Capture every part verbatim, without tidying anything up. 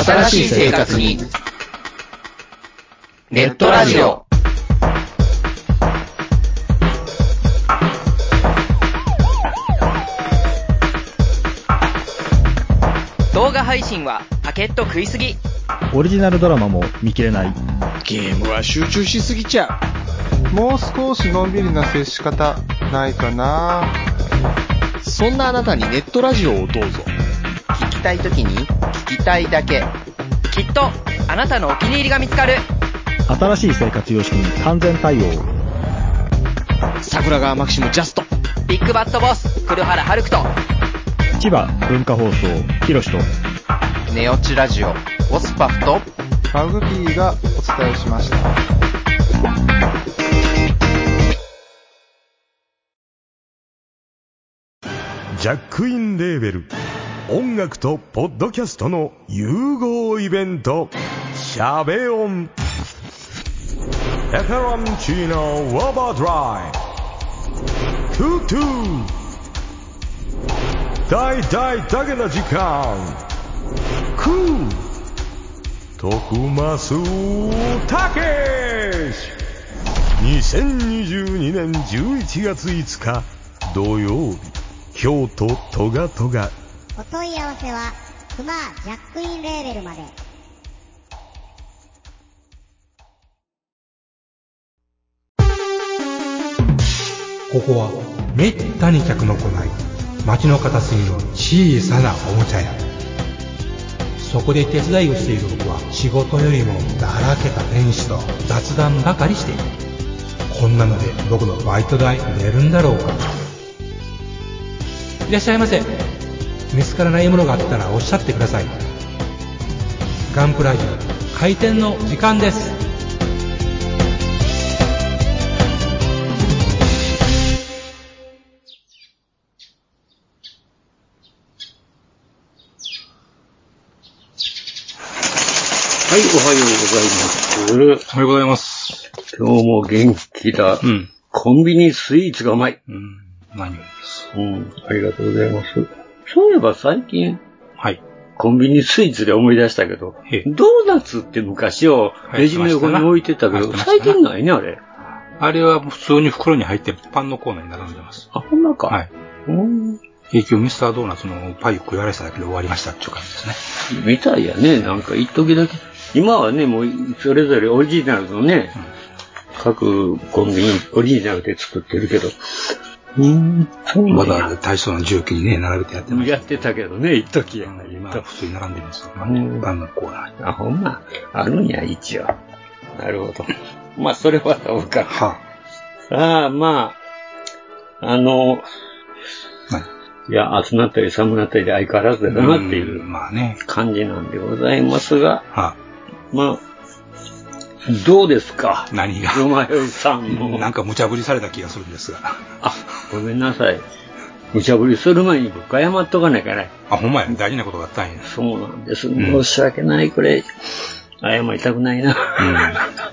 新しい生活にネットラジオ。 動画配信はパケット食いすぎ。 オリジナルドラマも見切れない。 ゲームは集中しすぎちゃう。もう少しのんびりな接し方ないかな。 そんなあなたにネットラジオをどうぞ。 聞きたいときに聞きたいだけ。 きっとあなたのお気に入りが見つかる。 新しい生活様式に完全対応。 桜川マキシムジャスト。 ビッグバットボス黒原遥人。 千葉文化放送ひろしとネオチラジオオスパフとマグピーがお伝えしました。 ジャックインレーベル音楽とポッドキャストの融合イベントシャベオンエフェロンチーノウォーバードライトゥトゥ大大だけな時間クー徳増たけしにせんにじゅうにねんじゅういちがついつか土曜日京都トガトガ。 お問い合わせはクマジャックインレーベルまで。 ここはめったに客の来ない街の片隅の小さなおもちゃ屋。そこで手伝いをしている僕は仕事よりもだらけた店主と雑談ばかりしている。こんなので僕のバイト代出るんだろうか。いらっしゃいませ。見つからないものがあったらおっしゃってください。ガンプラジオ開店の時間です。 はい、おはようございます。 おはようございます。 今日も元気だ。うん。コンビニスイーツがうまい。 うん。何よりです。 うん。ありがとうございます。そういえば最近。 はい。 コンビニスイーツで思い出したけど、ドーナツって昔をレジの横に置いてたけど、最近ないね、あれ。 あれは普通に袋に入ってパンのコーナーに並んでます。 あ、ほんまか。 はい。うん。結局ミスタードーナツのパイを食われただけで終わりましたっていう感じですね。みたいやね。なんか一時だけ。今はね、もうそれぞれオリジナルのね、うん、各コンビニオリジナルで作ってるけど、 うーん、そうまだ大層な重機にね、並べてやってました。 やってたけどね、一時や。 今は普通に並んでますよね。パンのコーナー。 あ、ほんま、あるんや、一応。なるほど。まあ、それはどうか。はあ、さあ、まあ、あの、はいいや、暑なったり寒なったりで相変わらずだなっていう感じなんでございますが、 はあ、 まあ、どうですか何が馬よさんも。 なんか無茶ぶりされた気がするんですが。 あ、ごめんなさい。無茶ぶりする前に僕謝っとかなきゃね。 あ、ほんまや、大事なことがあったんや。 そうなんです。申し訳ない、これ。謝りたくないな。うん、い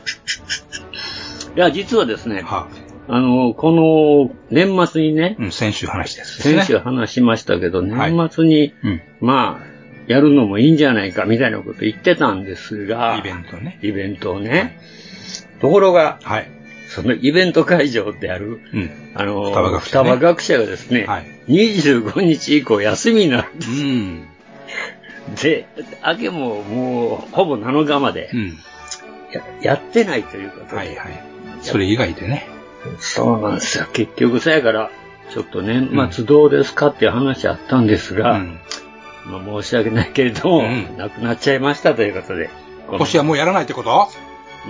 や、実はですね、はああの、この年末にね、 うん、先週話したやつですね。先週話しましたけど、年末に、はいうん、まあ、やるのもいいんじゃないかみたいなこと言ってたんですが、 イベントね。 イベントをね。はい、ところが、 はい、 そのイベント会場である、うん、あの、 双葉学者、ね、 双葉学者がですね、はい、にじゅうごにち以降休みになるんです。 うん、 で、明けももうほぼなのかまで、うん、や, やってないということで。 はいはい。それ以外でね。 そうなんですよ。結局さやから、ちょっと年末どうですかっていう話あったんですが、うんまあ、申し訳ないけれども、うん、なくなっちゃいましたということで。 今年はもうやらないってこと？ うん、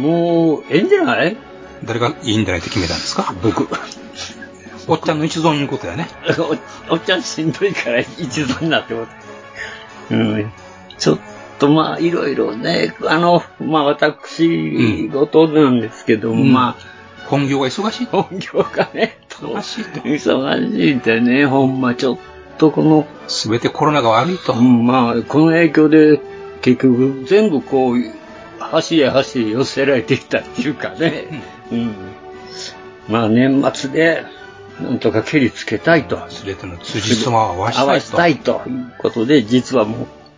もう、ええんじゃない？ 誰がいいんじゃないって決めたんですか？ 僕。 おっちゃんの一存いうことやね。 お, おっちゃんしんどいから一存になってこと。うん。ちょっとまあ、いろいろね、あの、まあ私事なんですけども、うん、まあ、 本業が忙しい本業がね、 忙しいと。 忙しいってね、ほんまちょっとこの。 すべてコロナが悪いと。 うん、まあ、この影響で結局全部こう、端へ端へ寄せられてきたっていうかね。うん。うん、まあ年末で、なんとか蹴りつけたいと。 すべての辻褄を合わしたいと。 合わしたいということで、実はもう、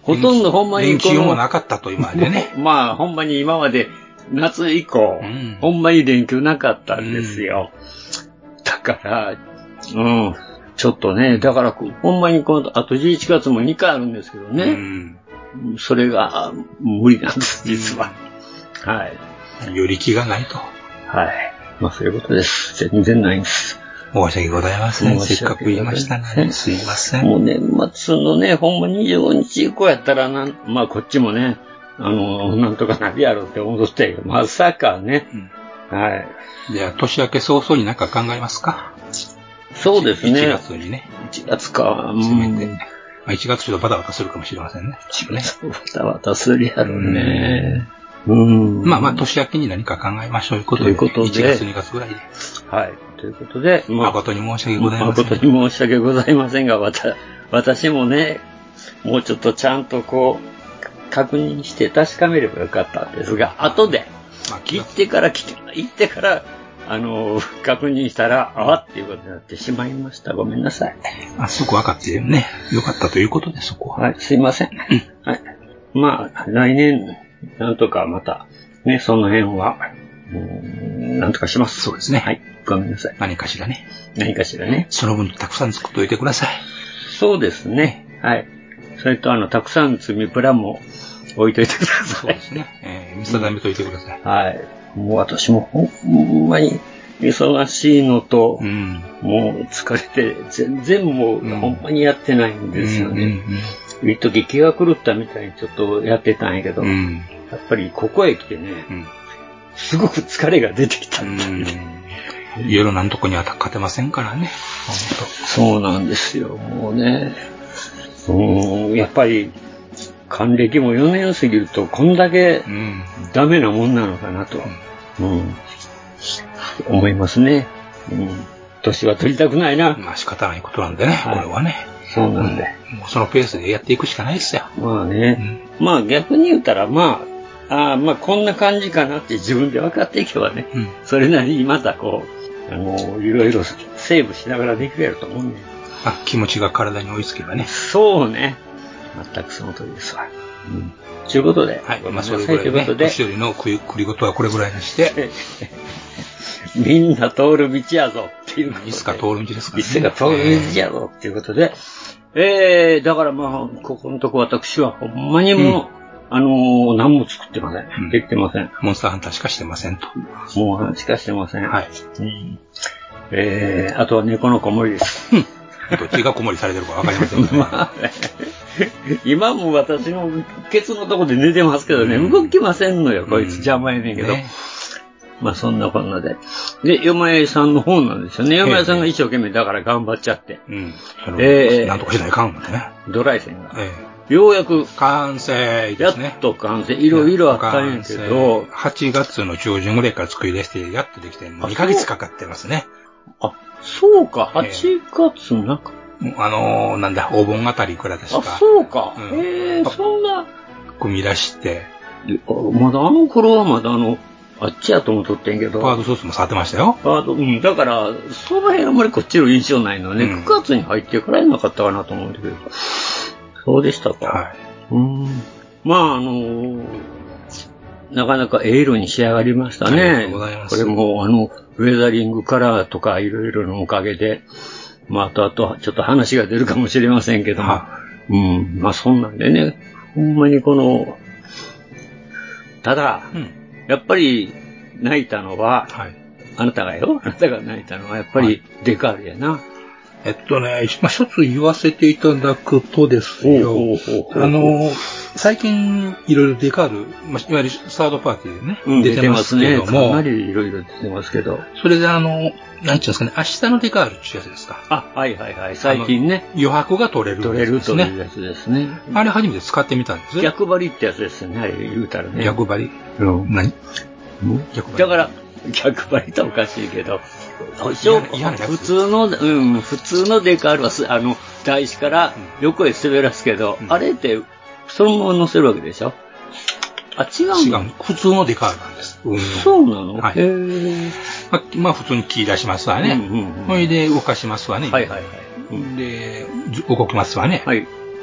ほとんどほんまに連この。 休もなかったと今までね。 まあ、ほんまに今まで夏以降、うん、ほんまに連休なかったんですよ。うん、だから、うん、ちょっとね、だから、ほんまにこの、あとじゅういちがつもにかいあるんですけどね。うん、それが無理なんです、実は。うん、はい。 より気がないと。 はい。まあ、そういうことです。全然ないんです。 申し訳ございません。せっかく言いましたね。すいません。 もう年末のね、ほんまにじゅうごにち以降やったらなん、まあこっちもね、あの、なんとかなるやろって思ってたけど、まさかね。うん、はい。 じゃあ、年明け早々に何か考えますか？ そうですね。 いちがつにね。 いちがつか。 せめて。まあ、いちがつちょっとバタバタするかもしれませんね。 ね。バタバタするやろね。うん。 まあまあ、年明けに何か考えましょうということで。 ということで。 いちがつ、にがつぐらいで。 はい。ということで、 まあ、誠に申し訳ございません。 誠に申し訳ございませんが、わた、私もね、もうちょっとちゃんとこう、確認して確かめればよかったんですが、後で、まあ、行ってから来て、行ってから、あの、確認したら、あっていうことになってしまいました。ごめんなさい。 あ、そこ分かってね、よかったということで、そこは。 はい、すいません。はい。まあ、来年、なんとかまた、ね、その辺は、うーん、なんとかします。 そうですね。 はい。ごめんなさい。 何かしらね。 何かしらね。 その分たくさん作っておいてください。 そうですね。はい。それと、あの、たくさん積みプラも置いといてください。 そうですね。えー、見定めといてください。 うん、はい。もう私もほんまに忙しいのと、うん、もう疲れて、全然もうほんまにやってないんですよね。一時気が狂ったみたいにちょっとやってたんやけど、うん、やっぱりここへ来てね、うん、すごく疲れが出てきたんだよね。 夜なんとこには勝てませんからね。 そうなんですよ、もうね。うん、やっぱり、還暦もよねん過ぎるとこんだけダメなもんなのかなと、うんうん、思いますね。うん、年は取りたくないな。 まあ仕方ないことなんでね、はい、これはね。 そうなんで、 うん。もうそのペースでやっていくしかないですよ。 まあね。うん、まあ逆に言ったらまあ、あまあこんな感じかなって自分で分かっていけばね、うん、それなりにまたこう、あの、いろいろセーブしながらできるやろと思うんで。 あ、気持ちが体に追いつけばね。 そうね。全くその通りですわ。うん。ということで。 はい。まあ、それぐらい、ね、ということで。年寄りの繰り事はこれぐらいにして。 みんな通る道やぞっていうことで。 いつか通る道ですからね。 いつか通る道やぞっていうことで。えー、だからまあ、ここのとこ私はほんまにもう、うん、あのー、何も作ってません。うん、できてません。 モンスターハンターしかしてませんと。 モンハンしかしてません。はい。うん、えー、あとは猫の子守りです。 どっちが子守りされてるかわかりませんけどね。まあ、 今も私のケツのとこで寝てますけどね、うん、動きませんのよ、こいつ邪魔やねんけど。ね、まあそんなこんなで。で、よまえさんの方なんですよね。よまえさんが一生懸命だから頑張っちゃって。うん。 えー、なんとかしないかんもんね。 ドライ線が。えー、ようやく。 完成ですね。 やっと完成。いろいろあったんやけど。 はちがつの中旬ぐらいから作り出して、やっとできて、にかげつかかってますね。 あ、そうか、はちがつなんか。 あのー、なんだ、お盆あたりくらい確か。 あ、そうか。うん、へえ、そんな。 組み出して。 まだあの頃はまだあの、あっちやと思っとってんけど。 パワードソースも触ってましたよ。 パワード、うん。だから、その辺あんまりこっちの印象ないのね。うん、くがつに入ってからやなかったかなと思うんだけど。そうでしたか。はい。うん。まあ、あのー、なかなかええ色に仕上がりましたね。 ありがとうございます。 これも、あの、ウェザリングカラーとかいろいろのおかげで、まあ、あとあと、ちょっと話が出るかもしれませんけども、はうん、まあ、そんなんでね、ほんまにこの、ただ、うん、やっぱり、泣いたのは、はい、あなたがよ、あなたが泣いたのは、やっぱり、デカールやな。はい、 えっとね、まあ、一つ言わせていただくとですよ、あの、最近いろいろデカール、まあ、いわゆるサードパーティーでね、うん、出てますけども、ね、 かなりいろいろ出てますけど、 それであの、なんていうんですかね、明日のデカールっていうやつですか。 あ、はいはいはい、最近ね。 余白が取れるやつですね。取れるというやつですね。 あれ初めて使ってみたんですよ。 逆張りってやつですよね、あれ言うたらね。 逆張りうん。何逆張りだから、逆張りとおかしいけど、普通の、うん、普通のデカールは、あの、台紙から横へ滑らすけど、うん、あれって、そのまま乗せるわけでしょ？あ、違うの？ 違う。普通のデカールなんです。 うん、そうなの？ はい。へー。まあ、まあ、普通に切り出しますわね。うんうんうん、それで動かしますわね。 はいはいはい。 で、動きますわね。 はい。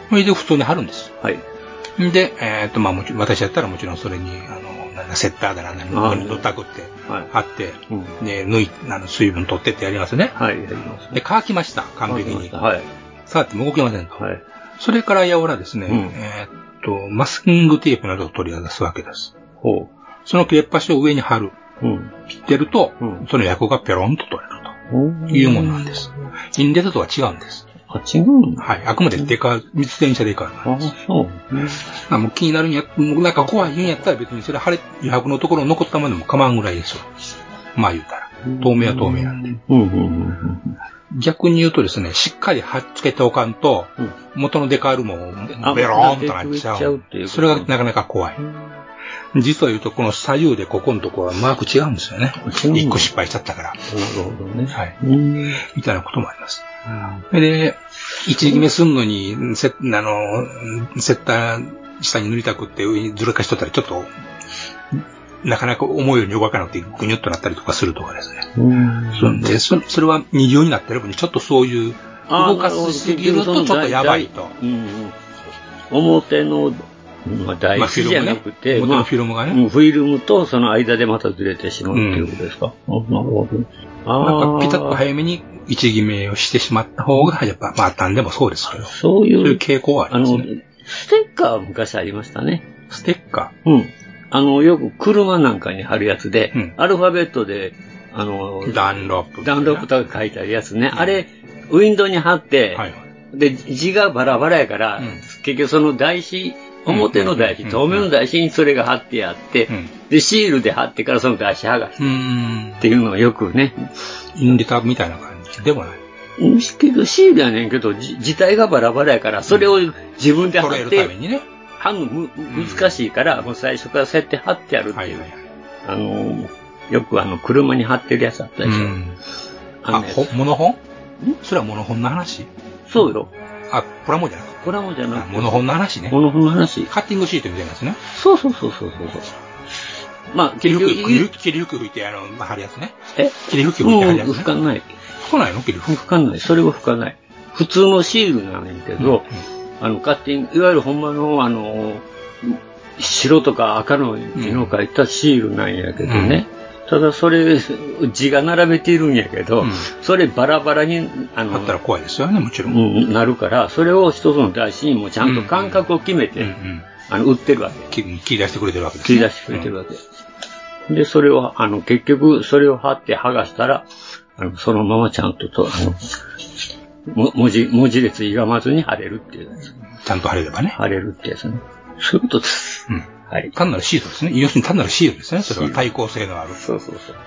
それで普通に貼るんです。 はい。 で、えっと、まあもちろん、私だったらもちろんそれに、あの、なんだセッターだなんだ、のたくって、貼って、で、抜い、あの、水分取ってってやりますね。 はい、やります。 で、乾きました、完璧に。 はい。 触っても動けませんと。 はい。 それからやおらですね、えっと、マスキングテープなどを取り出すわけです。 ほう。 その切れっ端を上に貼る。 うん。 切ってると、その薬がペロンと取れるというものなんです。インデータとは違うんです。 あ、違うんだ。 はい。あくまでデカ、密電車デカールなんです。 あ、そう。 あもう気になるんや、なんか怖い言うんやったら別にそれ貼れ、余白のところ残ったままでも構わんぐらいですよ。まあ言うたら。透明は透明なんで。逆に言うとですね、しっかり貼っつけておかんと、元のデカールもベローンとなっちゃう。それがなかなか怖い。実は言うと、この左右でここのところはマーク違うんですよね。一個失敗しちゃったから。なるほどね。 はい。みたいなこともあります。で、一撃目すんのに、セあの、セッター下に塗りたくって上にずるかしとったらちょっと、なかなか思うように動かなくてぐにゅっとなったりとかするとかですね。そでそそれは二重になってる分にちょっとそういう動かしすぎるとちょっとやばいと。 表のまあ、台紙じゃなくて、 まあ、フィルムがね、 まあ、フィルムとその間でまたずれてしまうっていうことですか、うん、なるほど。 なんかピタッと早めに一決めをしてしまった方が、やっぱ、まあ、単でもそうですけど。 そういう。 そういう傾向はありますね。 あの、ステッカーは昔ありましたね。 ステッカーうん。あの、よく車なんかに貼るやつで、うん、アルファベットで、あの、 ダンロップ。 ダンロップとか書いてあるやつね。うん、あれ、ウィンドウに貼って、はいはい、で、字がバラバラやから、うん、結局その台紙、表の台紙、透明の台紙にそれが貼ってあって、うん、で、シールで貼ってからその台紙剥がす。っていうのをよくね。 インデタみたいな感じでもない。 けど、シールやねんけど、字体がバラバラやから、それを自分で貼って、 取れるためにね。 貼るのむ難しいから、もう最初からそうやって貼ってあるっていう。はいはい、あの、よくあの、車に貼ってるやつあったでしょ。うん、 あ、モノ本？それはモノ本の話？ そうよ。 あ、プラモじゃなくて。 プラモじゃなくて。 モノ本の話ね。 モノ本の話。 カッティングシートみたいなやつね。 そうそうそうそうそう。まあ、 霧吹き、霧吹き吹いて、あの、まあ、貼るやつね。 え霧吹き吹いて貼るやつね。 吹かない。 吹かないの霧吹き。 吹かない。それは吹かない。普通のシールなんだけど、うんうん、あの、カッティング、いわゆるほんまの、あの、白とか赤の字の書いたシールなんやけどね。うんただそれ、字が並べているんやけど、うん、それバラバラに、 あの、あったら怖いですよね、もちろん。 うん、なるから、それを一つの台紙にもちゃんと間隔を決めて、うんうん、あの、売ってるわけ。 切り出してくれてるわけですね。切り出してくれてるわけ。うん、で、それを、あの、結局、それを貼って剥がしたら、あの、そのままちゃんとと、あの、文字、文字列いがまずに貼れるっていうやつ。 ちゃんと貼れればね。 貼れるってやつね。そういうことです。 うん。はい。単なるシートですね。要するに単なるシートですね。それは対抗性のある。 そうそうそう。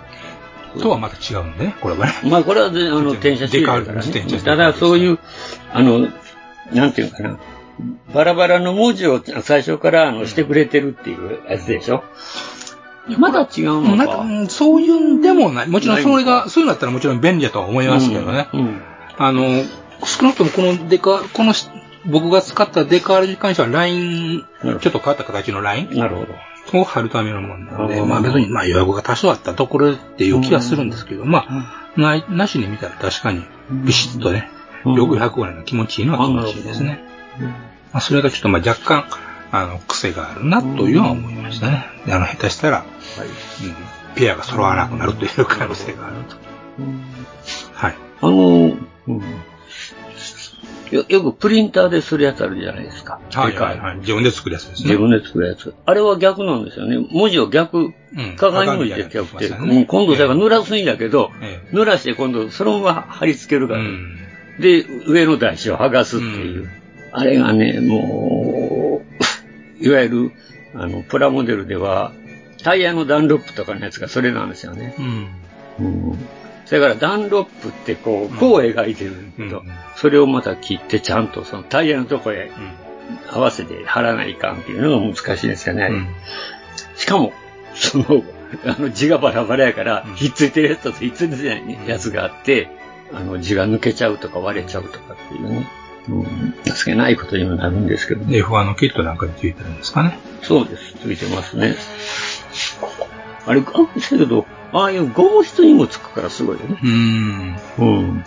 とはまた違うんでね、これはね。 まあこれは、あの、転写シートだからね。ただそういう、あの、なんていうかな。バラバラの文字を最初からあのしてくれてるっていうやつでしょ。まだ違うのか。 なんか、そういうんでもない。もちろんそれが、そういうのだったらもちろん便利だとは思いますけどね。うんうん、あの、少なくともこのデカ、この、僕が使ったデカールに関してはライン、ちょっと変わった形のラインなるほど。 を貼るためのものなので、まあ別に、まあ予約が多少あったところっていう気はするんですけど、まあ、な、なしに見たら確かに、ビシッとね、よくひゃくぐらいの気持ちいいのは気持ちいいですね。まあそれがちょっとまあ若干、あの、癖があるなというのは思いましたね。で、あの、下手したら、はいうん、ペアが揃わなくなるという可能性があると。はい。 あの、うんよ, よくプリンターでするやつあるじゃないですか。 はいはいはい。自分で作るやつですね。 自分で作るやつ。あれは逆なんですよね。文字を逆、鏡文字で逆って、うん、今度だから濡らすんだけど、ええ、濡らして今度そのまま貼り付けるから、うん、で、上の台紙を剥がすっていう。うん、あれがね、もう、いわゆる、あの、プラモデルでは、タイヤのダンロップとかのやつがそれなんですよね。うんうんだからダンロップってこう、こう描いてるんだけど、うん、それをまた切ってちゃんとそのタイヤのとこへ合わせて貼らないかんっていうのが難しいですよね。うん、しかも、その、あの字がバラバラやから、ひっついてるやつとひっついてないやつがあって、あの字が抜けちゃうとか割れちゃうとかっていうね、うん、情けないことにもなるんですけどね。 エフワン のキットなんかについてるんですかね。 そうです、ついてますね。あれ、あ、だけど、ああいうゴム質にもつくからすごいよね。うーん。うん。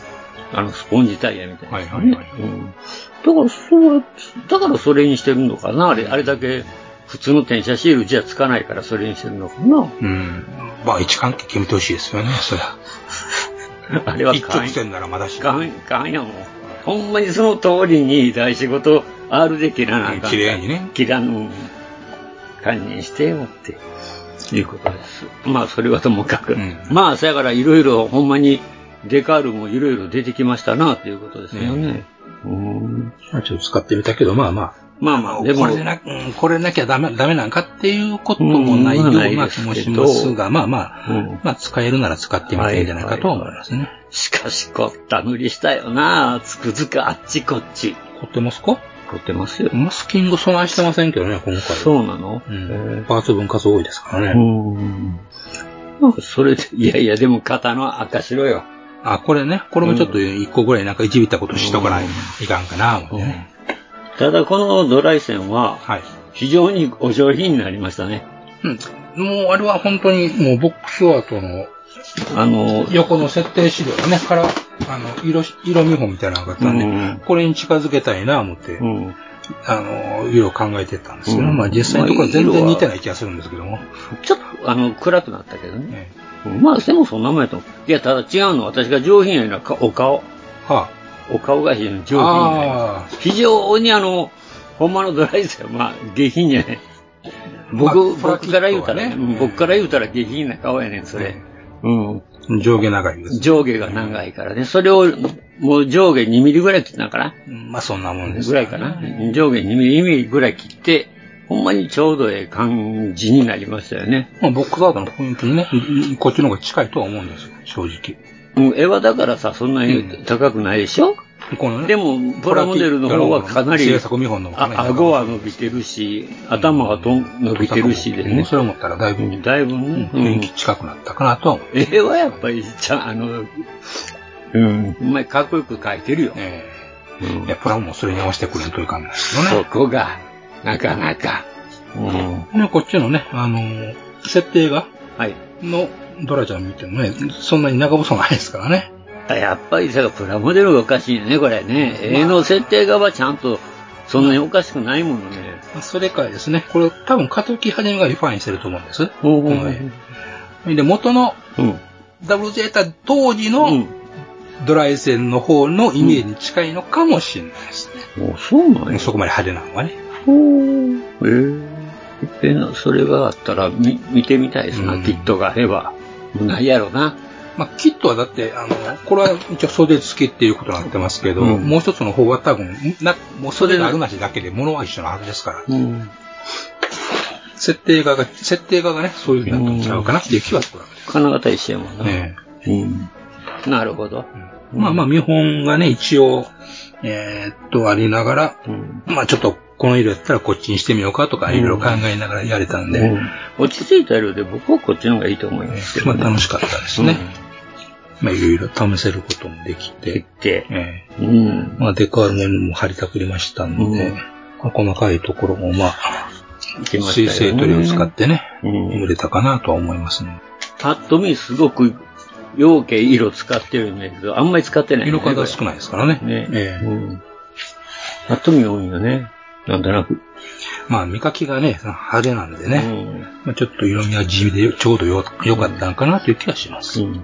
あの、スポンジタイヤみたいな、ね。はいはいはい。うん。だから、そう、だからそれにしてるのかな。あれ、あれだけ、普通の転写シールじゃつかないからそれにしてるのかな。 うん。まあ、位置関係決めてほしいですよね、そりゃ。 あれは一直線ならまだしも。かん、かんやもん。ほんまにその通りに大仕事 R で切らなあかん。 綺麗にね。 切らぬ感じにしてよっていうことです。まあそれはともかく。うん、まあそやからいろいろほんまにデカールもいろいろ出てきましたなっていうことですよね。うん。うん、 ちょっと使ってみたけど、まあまあ。まあまあ、でも。これでな、うん、これなきゃダメ、ダメなんかっていうこともないような気もしますが、まあまあ、うん、まあ使えるなら使ってみていいんじゃないかと思いますね。はいはいはい、 しかし、凝った塗りしたよな。つくづくあっちこっち。 凝ってますか？ 凝ってますよ。 マスキング備えしてませんけどね、今回。 そうなの？ うん、パーツ分割多いですからね。 うん。それで、いやいや、でも型の赤白よ。 あ、これね、これもちょっと一個ぐらいなんかいじびったことしとかないいかんかな、思ってね。 ただこのドライ線は、非常にお上品になりましたね。 うん。もうあれは本当にもうボックスアートの、あの、横の設定資料がね、から、あの、色、色見本みたいなのがあったんで、うん、これに近づけたいな、思って、うん、あの、色を考えてたんですけど、うん、まあ実際のところは全然似てない気がするんですけども。 ちょっと、あの、暗くなったけどね。ええ、まあ、でもそんなもんやと思う。いや、ただ違うの、私が上品やな、お顔。はあお顔が非常に上品で、非常にあの、ほんまのドライ線は、まあ、下品じゃない。僕、僕から言うたらね、僕から言うたら下品な顔やねん、それ。 うん。上下長いです。 上下が長いからね。それを、もう上下にミリぐらい切ったかな。 まあ、そんなもんです。 ぐらいかな。上下にミリ、にミリぐらい切って、ほんまにちょうどええ感じになりましたよね。 まあ、ボックスアートの雰囲気にね、こっちの方が近いとは思うんですよ、正直。 うん、絵はだからさ、そんなに高くないでしょ、うん、このね、でも、プラモデルの方はかなり、 制作見本のあ顎は伸びてるし、頭がと伸びてるしでね。 それを思ったらだいぶ、 だいぶね、 雰囲気近くなったかなとは思う。 絵はやっぱり、ちゃあの、うん、うまい、かっこよく描いてるよ。 ええーうん。いや、プラモもそれに合わせてくれんといかんですよね。 そこが、なかなか。 うん。で、こっちのね、あのー、設定が、はい。の、ドラちゃん見てもね、そんなに長細ないですからね。 やっぱりさ、プラモデルがおかしいね、これね。絵の設定画はちゃんと、そんなにおかしくないものね。 それからですね、これ多分、加藤木はじめがリファインしてると思うんです。うん、で、元の、ダブルゼータ当時のドライ線の方のイメージに近いのかもしれないですね。 うん、そうなんや。 そこまで派手なのはね。 へぇえー、それがあったら見見てみたいですな、うん、キットがあれば。ないやろな。 まあ、キットはだって、あの、これは一応袖付きっていうことになってますけど、うん、もう一つの方は多分、な、もう袖があるなしだけで物は一緒のはずですから。うん、設定画が、設定画がね、そういうふうになってちゃうかなっていう気はするわけです。 金型一緒やもんな。ねえ。うん。なるほど。 うん、まあまあ、見本がね、一応、えー、っと、ありながら、うん、まあちょっと、この色やったらこっちにしてみようかとか、いろいろ考えながらやれたんで、うんうん。 落ち着いた色で僕はこっちの方がいいと思いますけど、 ね。まあ楽しかったですね。うん、まあいろいろ試せることもできて。できて。えー、うん。まあデカール面も貼りたくりましたんで、うん、細かいところもまあ、水性塗料を使ってね、塗れたかなとは思いますね。 パッと見すごく、陽気色使ってるんだけど、あんまり使ってない、ね。 色数少ないですからね。ねえーうん、 パッと見多いよね。なんとなく。 まあ、見かけがね、派手なんでね。うん、まあ、ちょっと色味は地味でちょうどよ、良かったんかなという気がします。うん、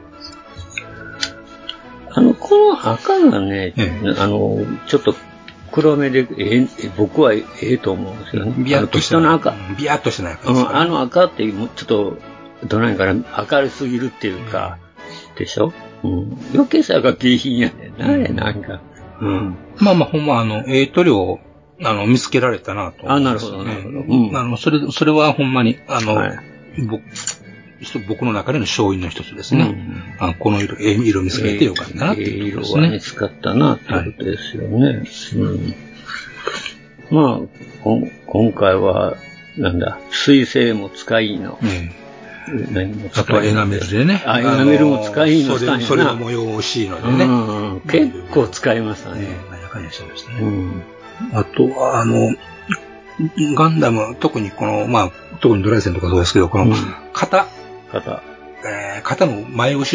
あの、この赤がね、ええ、あの、ちょっと黒目で、ええ、僕はええと思うんですよね。 ビヤッとした。 の赤。 ビヤッとしてない赤、ね。うん、あの赤ってちょっと、どないかな、明るすぎるっていうか、うん、でしょ、うん、余計さが下品やねんな、あれ、なんか。 うん。まあまあ、ほんま、あの、ええ塗料あの、見つけられたなと思います、ね。 あ、なるほど、なるほど。 うん。あの、それ、それはほんまに、あの、はい、僕、僕の中での勝因の一つですね。うん、あこの色、ええ色見つけてよかったなっていうことですね。 ええ色は見つかったなっていうことですよね。はい、うん、まあこ、今回は、なんだ、水性も使いの。 うん、何も使いあとはエナメルでね。 あ、エナメルも使いのしたんやな。 それが模様惜しいのでね。 うん、結構使いましたね。 何やかんやしてましたね。うんあとは、あの、ガンダム、特にこの、まあ、特にドライセンとかそうですけど、この、肩、 肩、 えー、肩の前後ろ、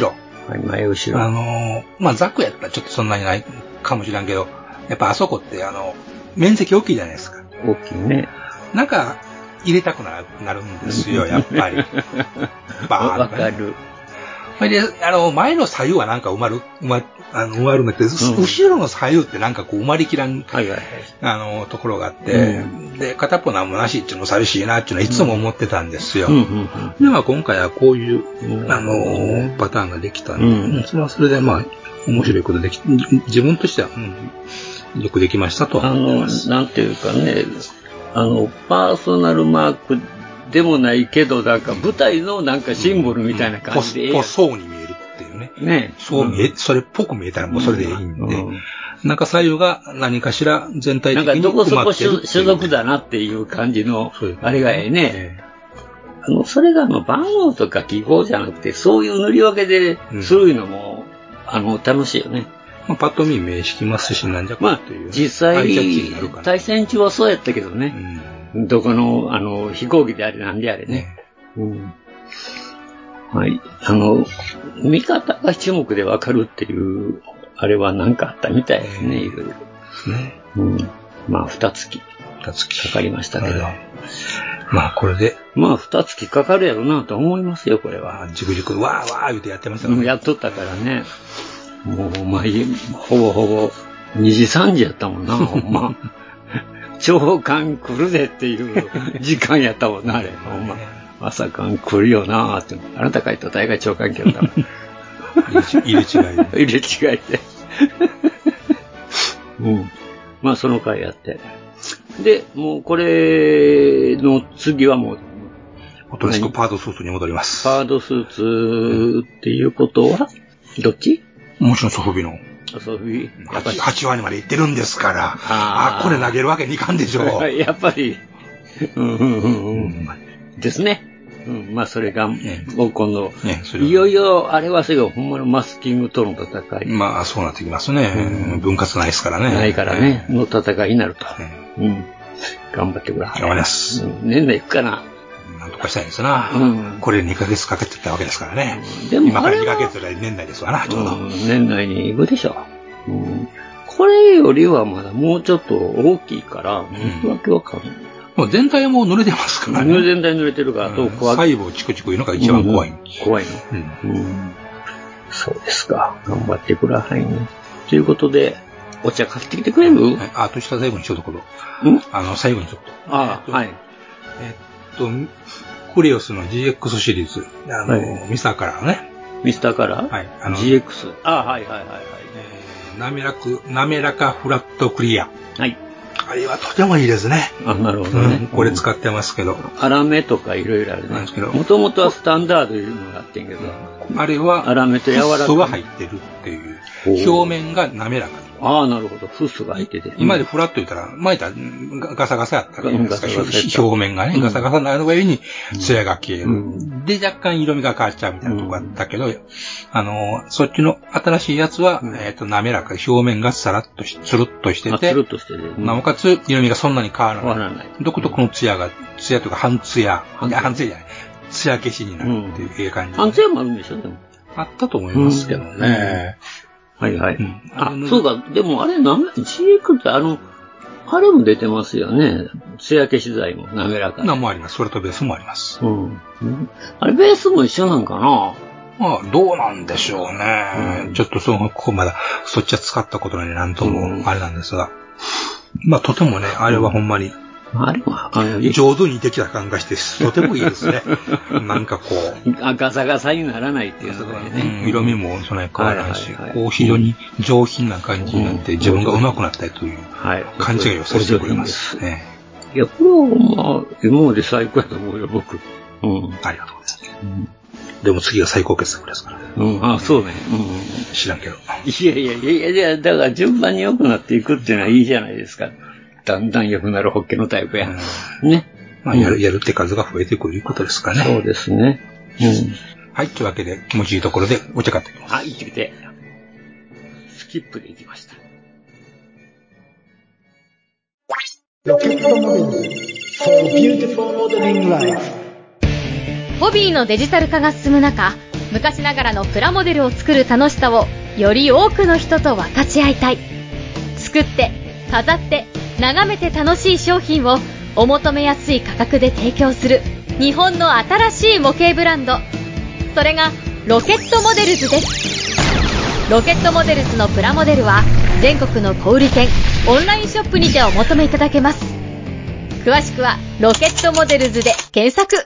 はい、前後ろ。 あのー、まあ、ザクやったらちょっとそんなにないかもしれんけど、やっぱあそこって、あの、面積大きいじゃないですか。 大きいね。 なんか、入れたくなるなるんですよ、やっぱり。バーン、ね。わかる。それで、あの、前の左右はなんか埋まる、埋ま、あの、埋まるんだけど、うん、後ろの左右ってなんかこう埋まりきらん、はいはいはい、あの、ところがあって、うん、で、片っぽなんもなしっていうのも寂しいなっていうのはいつも思ってたんですよ。うんうんうん、で、まあ今回はこういう、うん、あの、パターンができたんで、うん、それはそれでまあ、面白いことでき、自分としては、うん、よくできましたとは思います。 あの、なんていうかね、あの、パーソナルマークでもないけど、なんか舞台のなんかシンボルみたいな感じで、 うんうん、そうに見えるっていうね。ね。そう見え、うん、それっぽく見えたらもうそれでいいんで、うん、なんか左右が何かしら全体的になんかどこそこ所属だなっていう感じの、あれがええね。えー、あの、それがあの番号とか記号じゃなくて、そういう塗り分けでするのも、うん、あの、楽しいよね。 まあ、パッと見名識ますし、なんじゃこっていう、ね。 まあ、実際、対戦中はそうやったけどね。うん、どこの、あの、飛行機であれなんであれね。うん、はい。あの、見方が一目でわかるっていう、あれは何かあったみたいですね、いろいろ。ね。うん。まあ、二月。 二月。 かかりましたけど。はい、 まあ、これで。 まあ、二月かかるやろうなと思いますよ、これは。 じくじく、わーわー言うてやってましたね。 やっとったからね。もう、まあ、ほぼほぼ、にじさんじやったもんな、ほんま。朝刊来るでっていう時間やったもんな、あれ。ほんま。朝刊来るよなーって。あなた書いた大概朝刊来よったら。 入れ違いで。 入れ違いで。うん。まあ、その回やって。で、もうこれの次はもう、 おとなしくパードスーツに戻ります。 パードスーツっていうことは、どっち？ もちろんソフビの。 ソフビ 8, はちわにまで行ってるんですから。ああ、これ投げるわけにいかんでしょう。 やっぱり。うんうんうんうん。ですね。うん、まあそれが、ね、今度、ね、いよいよ、あれはせよ、ほんまのマスキングとの戦い。 まあそうなってきますね。うん、分割ないですからね。 ないからね、の戦いになると。うん。頑張ってください。 頑張ります。 うん、年内行くかな。 なんとかしたいんですな。うん、これにかげつかけてたわけですからね。うん、でも今からにかげつで年内ですわな、ちょうど。 うん、年内に行くでしょう。うん、これよりはまだもうちょっと大きいから、もうわけわかんない。 もう全体も濡れてますからね。 全体濡れてるから、 と細胞チクチクいうのが一番怖い。うん、 怖いの、うんうん。そうですか。頑張ってくださいね。ということで、お茶買ってきてくれる？ あ、あとした最後に一言。あの、最後にちょっと。 ああ、はい。 えっと、クリオスの ジーエックス シリーズ。あの、はい、ミスターカラーのね。 ミスターカラー？ はい。あの、 ジーエックス。ああ、はいはいはいはい。 えー、滑らく、滑らかフラットクリア。 はい。 あれはとてもいいですね。 あ、なるほどね。うん、 これ使ってますけど。 粗めとかいろいろあるね。なんですけど。もともとはスタンダードいうのがあってんけど。 あれは、 粗めと柔らかい。 フッ素が入ってるっていう。表面が滑らか。 ああ、なるほど。フッ素が入ってて。 今までフラット言ったら、前言ったらガサガサやったから、表面がね、ガサガサになる上に、艶が消える、うん。で、若干色味が変わっちゃうみたいなとこあったけど、うん、あの、そっちの新しいやつは、うん、えっと、滑らか、表面がさらっとし、つるっとしてて、 つるっとしてて、 うん、なおかつ、色味がそんなに変わらない。変わらない。独特の艶が、艶というか半艶、半艶じゃない、艶消しになるっていう感じ、ね。 半艶もあるんでしょ、でも。 あったと思いますけどね。 はいはい。うん、あ、そうか。でもあれ、なめ、ジーエックス ってあの、あれも出てますよね。艶消し剤も滑らか。 なもあります。それとベースもあります。 うん。あれ、ベースも一緒なんかな？ まあ、どうなんでしょうね。うん、ちょっとその、ここまだ、そっちは使ったことないなんとも、あれなんですが。うん、まあ、とてもね、あれはほんまに、 あれは、あの、 上手にできた感がして、とてもいいですね。なんかこう。 ガサガサにならないっていうのがね。 うん、色味もそんなに変わらないし、こう非常に上品な感じになって、自分が上手くなったりという勘違いをさせてくれますね。 いや、これはまあ、今まで最高やと思うよ、僕。 うん。ありがとうございます。うん、でも次が最高傑作ですからね。 うん、あ、そうね。 うん。知らんけど。 いやいやいやいや、だから順番に良くなっていくっていうのはいいじゃないですか。だんだん良くなるホッケのタイプや。うん、ね。 まあ、やる、やるって数が増えてくるいうことですかね。 そうですね。うん。 はい、というわけで、気持ちいいところでお茶買ってきます。 あ、行ってきて。スキップで行きました。 ロケットモデル for beautiful modeling life。 ホビーのデジタル化が進む中、 昔ながらのプラモデルを作る楽しさをより多くの人と分かち合いたい。作って飾って眺めて楽しい商品をお求めやすい価格で提供する日本の新しい模型ブランド、それがロケットモデルズです。ロケットモデルズのプラモデルは全国の小売店、オンラインショップにてお求めいただけます。詳しくはロケットモデルズで検索。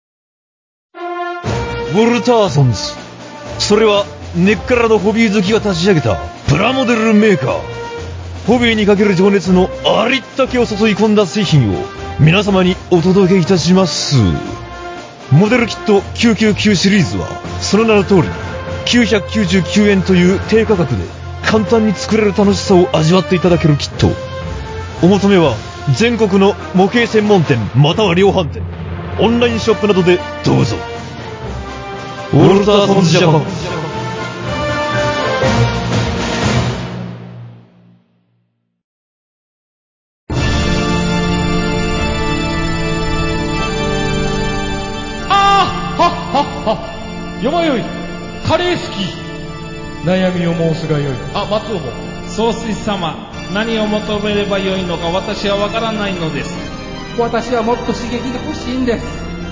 ウォルターソンズ、それは根っからのホビー好きが立ち上げたプラモデルメーカー。ホビーにかける情熱のありったけを注い込んだ製品を皆様にお届けいたします。モデルキットきゅうひゃくきゅうじゅうきゅうシリーズはその名の通りきゅうひゃくきゅうじゅうきゅうえんという低価格で簡単に作れる楽しさを味わっていただけるキット。お求めは全国の模型専門店または量販店、オンラインショップなどでどうぞ。ウォルターソンズジャパン。 よまよい、カレー好き。悩みを申すがよい。あ、松尾も。 総帥様、何を求めればよいのか私はわからないのです。 私はもっと刺激が欲しいんです。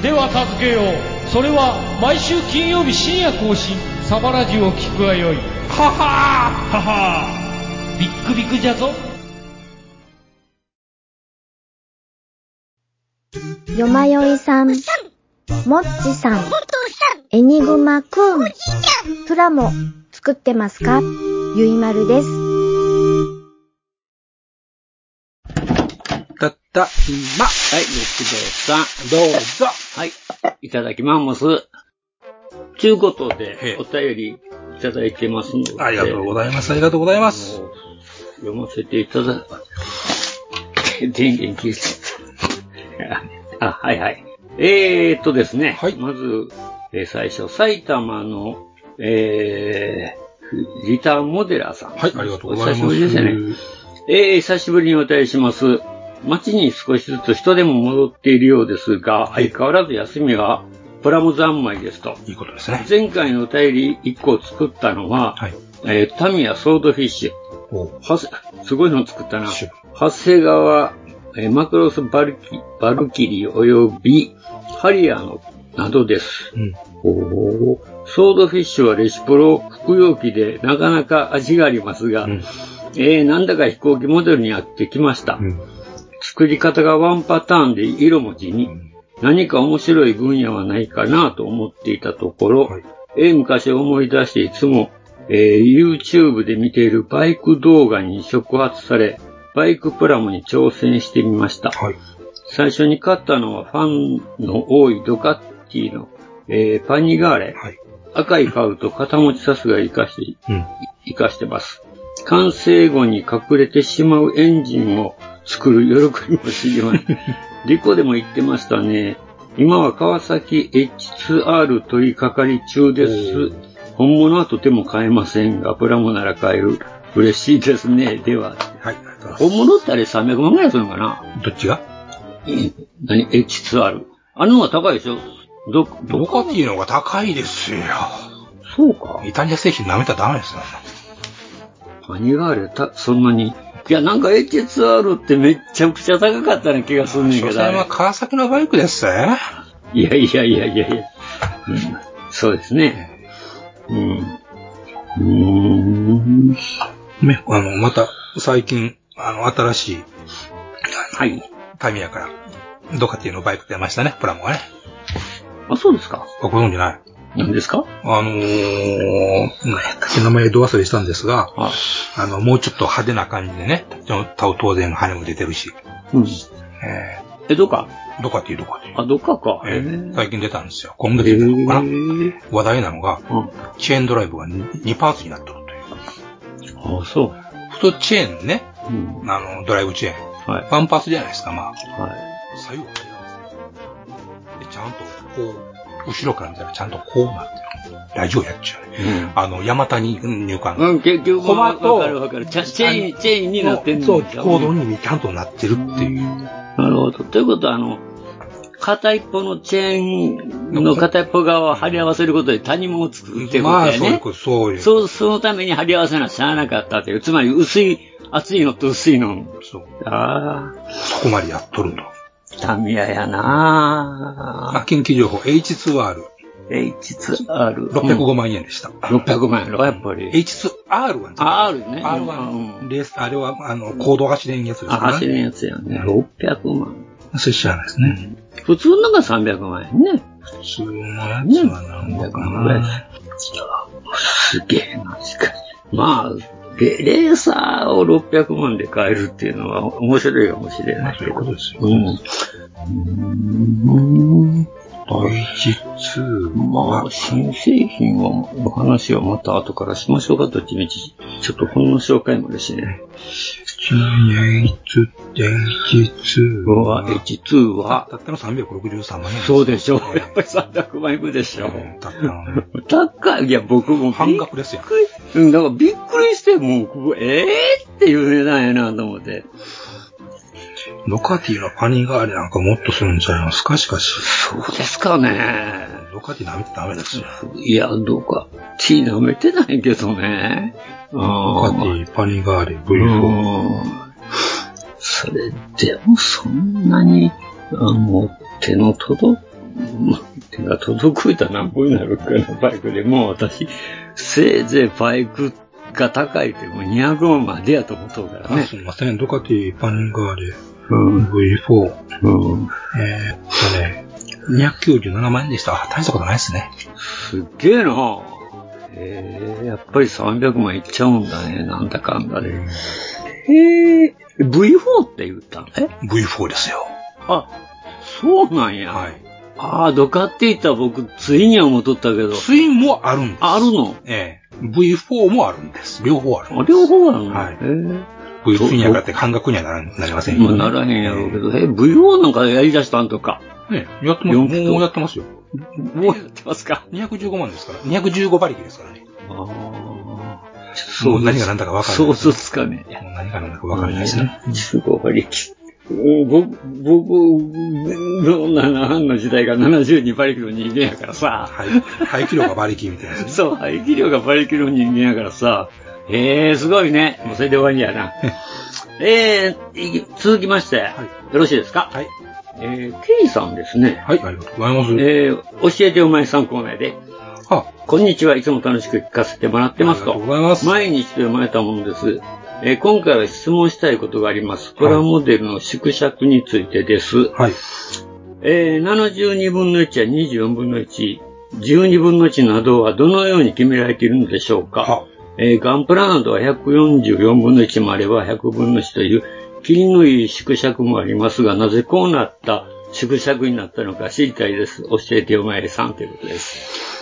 では助けよう。それは毎週金曜日深夜更新、サバラジュを聞くがよい。ははーははー、ビックビックじゃぞ。 よまよいさん、もっちさん、エニグマくん、プラモ作ってますか？ゆいまるです。 たった今。はい、吉堂さん。どうぞ。はい、いただきます。ちゅうことで、お便りいただいてますので。 ありがとうございます。ありがとうございます。 読ませていただ、電源消えちゃった。あ、はいはい。えーっとですね。はい。まず、えー、最初、埼玉の、えー、リターンモデラーさん。 はい、ありがとうございます。 お久しぶりですね。えー、久しぶりにお便りします。街に少しずつ人でも戻っているようですが、相変わらず休みはプラモ三昧ですと。 いいことですね。 前回のお便りいっこ作ったのは、はい、えー、タミヤソードフィッシュ。すごいの作ったな。長谷川、えー、マクロスバルキ、バルキリおよびハリアーのなどです。うん、おソードフィッシュはレシプロ服用機でなかなか味がありますが、うん、えー、なんだか飛行機モデルに合ってきました。うん、作り方がワンパターンで色文字に、何か面白い分野はないかなと思っていたところ、はい、えー、昔思い出していつも、えー、YouTube で見ているバイク動画に触発され、バイクプラモに挑戦してみました。はい、最初に買ったのはファンの多いドカッティの、えー、パニガーレ。はい、赤い買うと肩持ちさすが活かして、うん、活かしてます。完成後に隠れてしまうエンジンを作る喜びも知りません。リコでも言ってましたね。今は川崎 エイチツーアール 取り掛かり中です。本物はとても買えませんが、プラモなら買える。嬉しいですね。では。はい。本物ってあれさんびゃくまんぐらいするのかな？ どっちが？ 何 エイチツーアール。あの方が高いでしょ？ ど、どこっていうのが高いですよ。 そうか。 イタリア製品舐めたらダメですよ。 パニガーレた、そんなに。いや、なんか エイチツーアール ってめっちゃくちゃ高かったような気がするんだけど。 それは川崎のバイクですね。 いやいやいやいやいや、うん。そうですね。うん。うーん。 ね、あの、また、最近、あの、新しい、 はい。 タミヤから、ドカティのバイク出ましたね、プラモがね。 あ、そうですか。 ご存知ない。 何ですか？ あのー、名前ど忘れしたんですが、あ, あの、もうちょっと派手な感じでね、当然羽も出てるし。 うん。えー、え、どかどかっていうどかっていう。 あ、どかか。 えー、最近出たんですよ。今月出たのかな。えー、話題なのが、うん、チェーンドライブが に, にパーツになってるという。 ああ、そう。 普通チェーンね、うん、あの、ドライブチェーン。はい。ワンパーツじゃないですか、まあ。はい。左右が違うんですよ。で、ちゃんと、こう、後ろから見たらちゃんとこうなってる。ラジオやっちゃうね。うん、あの、山谷入管。 うん、結局、コマと、わかるわかる。チェーン、チェーンになってんの。 そう、コードにちゃんとなってるっていう。 なるほど。ということは、あの、 片一方のチェーンの片一方側を貼り合わせることで谷間を作るっていうことだよね。まあ、そういうこと、そういう。そう、そのために貼り合わせなしゃあなかったという。つまり、薄い、厚いのと薄いの。そう。ああ。 そこまでやっとると。 タミヤやなぁ。あ、研究情報、エイチツーアール。 エイチツーアール。 ろっぴゃくごまんえんでした。 ろっぴゃくごまんえん、やっぱり。 エイチツーアール はね。 R ね。 R は、レース、あれは、あの、コード走れんやつですね。 あ、走れんやつやね。ろっぴゃくまん。 それ知らないですね。 普通のがさんびゃくまんえんね。 普通のやつは何だかな。 すげえな、しかし。まあ、レ, レーサーをろっぴゃくまんで買えるっていうのは面白いかもしれないけど。 そういうことですよ。 うん。うーん。 エイチツー。 まあ、新製品は、の話はまた後からしましょうかと、ちょっと本の紹介もですね。 ちなみに エイチツー は、 エイチツー は、 たったのさんびゃくろくじゅうさんまんえん。 そうでしょう。やっぱりさんびゃくまんいくでしょ。 たったの。 高い。いや、僕も。 半額ですよ。 うん、だからびっくりして、もう、ええー、っていう値段やなと思って。 ドカティのパニガーレなんかもっとするんちゃいますか、しかし。 そうですかね。 ドカティ舐めてダメですよ。 いや、ドカティ舐めてないけどね。 ドカティ、パニガーレ、ブイフォー。 それでもそんなに、あの、手の届く、手が届くいたら何本になるかな、バイクで。もう私、せいぜいバイクが高いってもうにひゃくまんまでやと思っとるからね。 すみません、ドカティ、パニガーレ、うん、ブイフォー。うん、えー、っとね、にひゃくきゅうじゅうななまんえんでした。大したことないですね。 すっげえな。えー、やっぱりさんびゃくまんいっちゃうんだね。なんだかんだで。へえ。ブイフォー って言ったのえブイフォー ですよ。 あ、そうなんや。 はい。 ああ、ドカティって僕、ツインには思っとったけど。 ツインもあるんです。 あるのええ。ブイフォー もあるんです。両方ある。 あ、両方あるのはい。へえ。ブイフォー にやからって半額にはならなりませんよ、 ね。まあ、ならへんやろうけど、え、ブイフォー なんかやり出したんとか。 ねやってます。もうやってますよ。 もうやってますか。 にひゃくじゅうごまんですから。にひゃくじゅうご馬力ですからね。 ああ。 そう、何が何だか分からない。 想像つかねえ。 もう何が何だか分からないですね。 じゅうご馬力。僕、僕のななはんの時代がななじゅうに馬力の人間やからさ。 はい。排気量が馬力みたいな、ね。 そう、排気量が馬力の人間やからさ。ええー、すごいね。もうそれで終わりやな。えー、続きまして、はい、よろしいですか。 はい。 えー、ケイさんですね。 はい、ありがとうございます。 えー、教えてお前さんコーナーで。 はこんにちは。いつも楽しく聞かせてもらってますと。 ありがとうございます。 毎日と読まれたものです。えー、今回は質問したいことがあります。プラモデルの縮尺についてです。 はい。 えー、ななじゅうにぶんのいちやにじゅうよんぶんのいち、じゅうにぶんのいちなどはどのように決められているのでしょうか。 はえー、ガンプラなどはひゃくよんじゅうよんぶんのいちもあればひゃくぶんのいちという切りのいい縮尺もありますが、なぜこうなった縮尺になったのか知りたいです。教えてお前さんということです。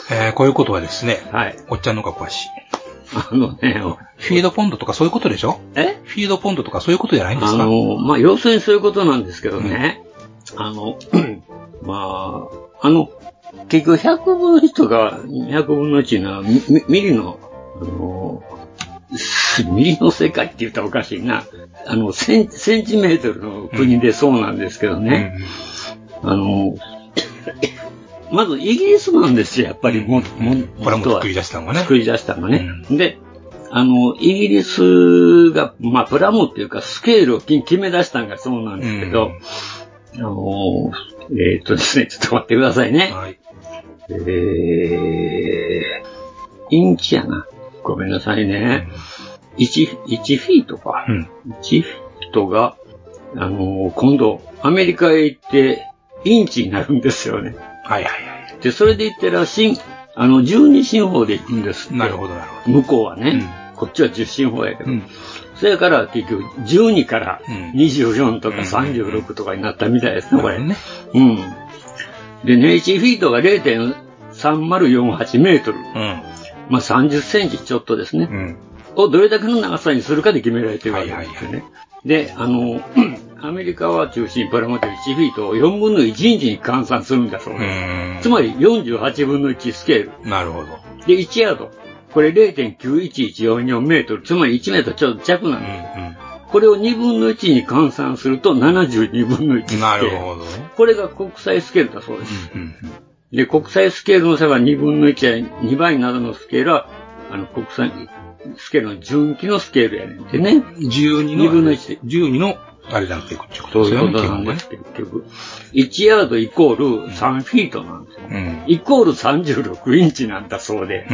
えー、こういうことはですね、 はい。 おっちゃんの方が詳しい。 あのね、 フィードポンドとかそういうことでしょえフィードポンドとかそういうことじゃないんですか。 あの、まあ、要するにそういうことなんですけどね。うん、あの、まあ、あの、結局ひゃくぶんのいちとかひゃくぶんのいちのミ, ミリの、あの、ミリの世界って言ったらおかしいな。あの、セン、センチメートルの国でそうなんですけどね。うん、あの、まずイギリスなんですよ、やっぱりも、も、 これも作り出したのがね。 作り出したのがね。うん、で、あの、イギリスが、まあ、プラモっていうか、スケールを決め出したのがそうなんですけど、うん、あの、えー、っとですね、ちょっと待ってくださいね。 はい。 えー、インチやな。ごめんなさいね。うん、1, 1フィートか。うん、いちフィートが、あの、今度、アメリカへ行って、インチになるんですよね。 はいはいはい。 で、それで言ったら、新、あの、じゅうに進法で行くんです。 なるほどなるほど。向こうはね。うん、こっちはじゅう進法やけど。うん、それから結局、じゅうにからにじゅうよんとかさんじゅうろくとかになったみたいですね、これ。ね。うん。でね、いちフィートが れいてんさんまるよんはちメートル。うん。まあ、さんじゅっセンチちょっとですね。うん。をどれだけの長さにするかで決められてるわけですよね。はいはいはい、で、あの、アメリカは中心プラモデルいちフィートをよんぶんのいちインチに換算するんだそうです。つまりよんじゅうはちぶんのいちスケール。 なるほど。 で、いちヤード。これ れいてんきゅういちいちよんよんメートル。つまりいちメートルちょっと弱なんです。うんうん、 これをにぶんのいちに換算するとななじゅうにぶんのいちスケール。 なるほど。 これが国際スケールだそうです。うんうんうん、で、国際スケールの差がにぶんのいちやにばいなどのスケールは、あの、国際スケールの順期のスケールやねんてね。 じゅうにの、にぶんのいちで。じゅうにの、あれだっていくってことですよね。 そういうことなんです、結局。いちヤードイコールさんフィートなんですよ。うん、イコールさんじゅうろくインチなんだそうで。うん、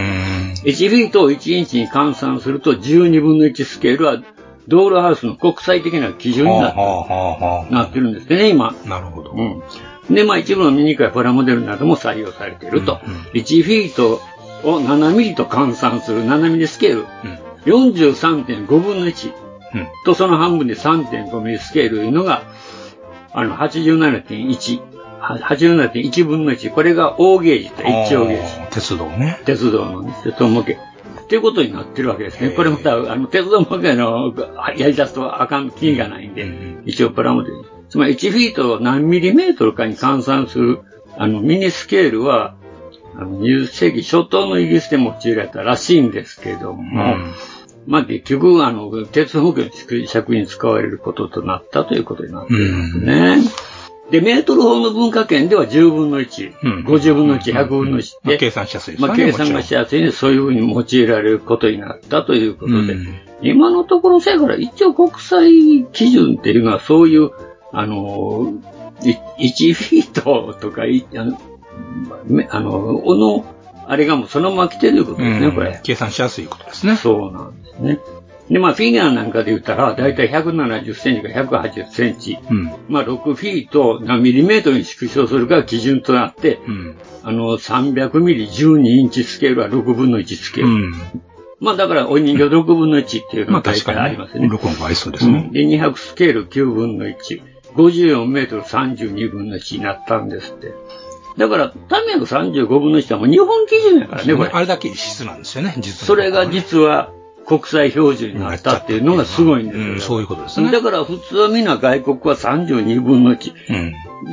いちフィートをいちインチに換算するとじゅうにぶんのいちスケールはドールハウスの国際的な基準になってる、はあはあはあ、なってるんですね、今。 なるほど。 うん、で、まあ一部のミニカーやプラモデルなども採用されていると。うんうん、いちフィートをななミリと換算するななミリスケール。うん、よんじゅうさんてんごぶんのいち。うん、と、その半分で さんてんごミリスケールというのが、あの、はちじゅうななてんいち。はちじゅうななてんいちぶんのいち。これが大ゲージと一丁ゲージ。 鉄道ね。 鉄道のね、鉄道模型。っていうことになってるわけですね。これまた、あの、鉄道模型のやり出すとあかん、気がないんで、うん、一応プラモデル。つまりいちフィートを何ミリメートルかに換算する、あの、ミニスケールは、あの、にじゅっせいき初頭のイギリスで用いられたらしいんですけども、うんまあ、結局、あの、鉄道模型の尺に使われることとなったということになっていますね。で、メートル法の文化圏ではじゅうぶんのいち、うん、ごじゅうぶんのいち、ひゃくぶんのいちで、 まあ、計算しやすいですね。 まあ、計算がしやすいんで、そういうふうに用いられることになったということで、うん、今のところ、せやから一応国際基準っていうのはそういう、あの、いちフィートとか、あの、あの、の、あれがもうそのまま来てるいうことですね、うん、これ。 計算しやすいことですね。 そうなんですね。で、まあ、フィギュアなんかで言ったら、だいたいひゃくななじゅっセンチかひゃくはちじゅっセンチ。うん、まあ、ろくフィート何ミリメートルに縮小するかが基準となって、うん、あの、さんびゃくミリじゅうにインチスケールはろくぶんのいちスケール。うん、まあ、だから、お人形ろくぶんのいちっていうのが大体ありますね。 まあ、確かにね。ろくの倍数ですね。 うん、で、にひゃくスケールきゅうぶんのいち。ごじゅうよんメートルさんじゅうにぶんのいちになったんですって。だから、タミヤのさんじゅうごぶんのいちはもう日本基準やからね、これ。 あれだけ質なんですよね、実は。 それが実は国際標準になったっていうのがすごいんですよ。 うん、そういうことですね。 だから普通はみんな外国はさんじゅうにぶんのいち。うん、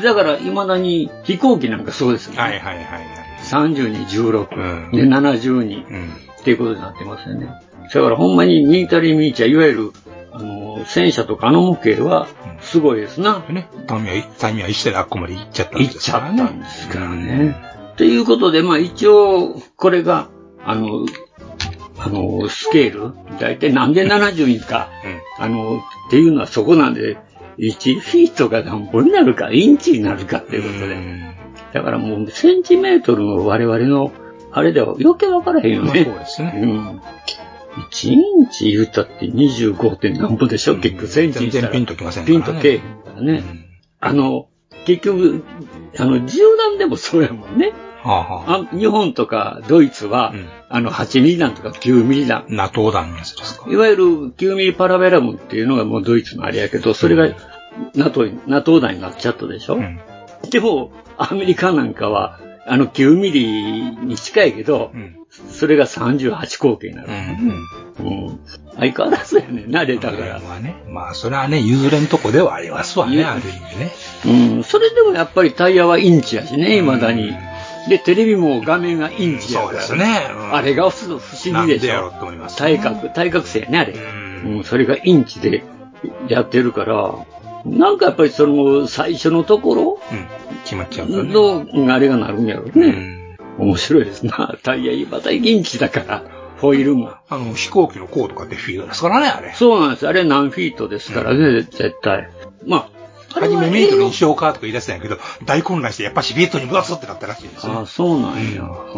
だから未だに飛行機なんかそうですね。 はいはいはいはい。 さんじゅうに、じゅうろく、うん、でななじゅうに、うん、っていうことになってますよね。だからほんまにミリタリーミニチュア、いわゆるあの、戦車とかあの模型は、すごいですな。 うん、ね。タミヤ、タミヤ一世であっこまで行っちゃったんですからね。 行っちゃったんですからね。ということで、まあ一応、これが、あの、あの、スケール、だいたいなんでななじゅうインチか、うん、あの、っていうのはそこなんで、いちフィートが何本になるか、インチになるかっていうことで。だからもう、センチメートルの我々の、あれでは余計分からへんよね。まあ、 そうですね。 うんいちインチ言うたってにじゅうごてん何歩でしょ、うん、結局センチにしたら。 全然ピンときませんからね。 ピンとけえへんからね。うん、あの、結局、あの、銃弾でもそうやもんね。はあはあ、日本とかドイツは、うん、あの、はちミリ弾とかきゅうミリ弾。 ナトー 弾のやつですか。 いわゆるきゅうミリパラベラムっていうのがもうドイツのあれやけど、それが ナトー、ナトー 弾になっちゃったでしょ。うん、でも、アメリカなんかは、あのきゅうミリに近いけど、うんそれがさんじゅうはち口径になる、うんうんうん。相変わらずやねんな、レタから。 まあね、まあそれはね、譲れんとこではありますわね、ある意味ね。うん、それでもやっぱりタイヤはインチやしね、未だに。で、テレビも画面がインチやから。 そうですね。 うん、あれが不思議でしょ。 なんでやろうと思います、 ね。対角、対角線やね、あれ。うんうん、それがインチでやってるから、なんかやっぱりその最初のところ、 うん、決まっちゃうとね。 の、あれがなるんやろうね。うん面白いですな。タイヤ、またインチだから、ホイールも。 あの、飛行機の高とかってフィートですからね、あれ。 そうなんです。あれ何フィートですからね、うん、絶対。まあ、はじめメートルにしようかとか言い出したんやけど、大混乱してやっぱしフィートに戻すってなったらしいんですよ、ね。 ああ、そうなんや。うん。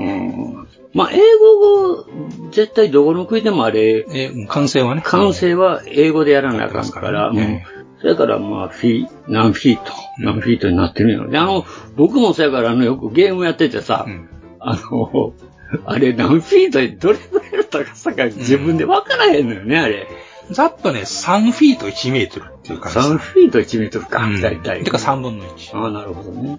まあ、英語、絶対どこの国でもあれ、 え、完成はね。 完成は英語でやらなあかんから、うん。それからまあ、フィ、何フィート、何フィートになってるんやろ。で、あの、僕もそやからあの、よくゲームやっててさ、うんあの、あれ何フィートでどれぐらいの高さか自分で分からへんのよね、あれ。 ざっとね、さんフィートいちメートルっていう感じ。 さんフィートいちメートルか、大体。 てかさんぶんのいち。 ああ、なるほどね。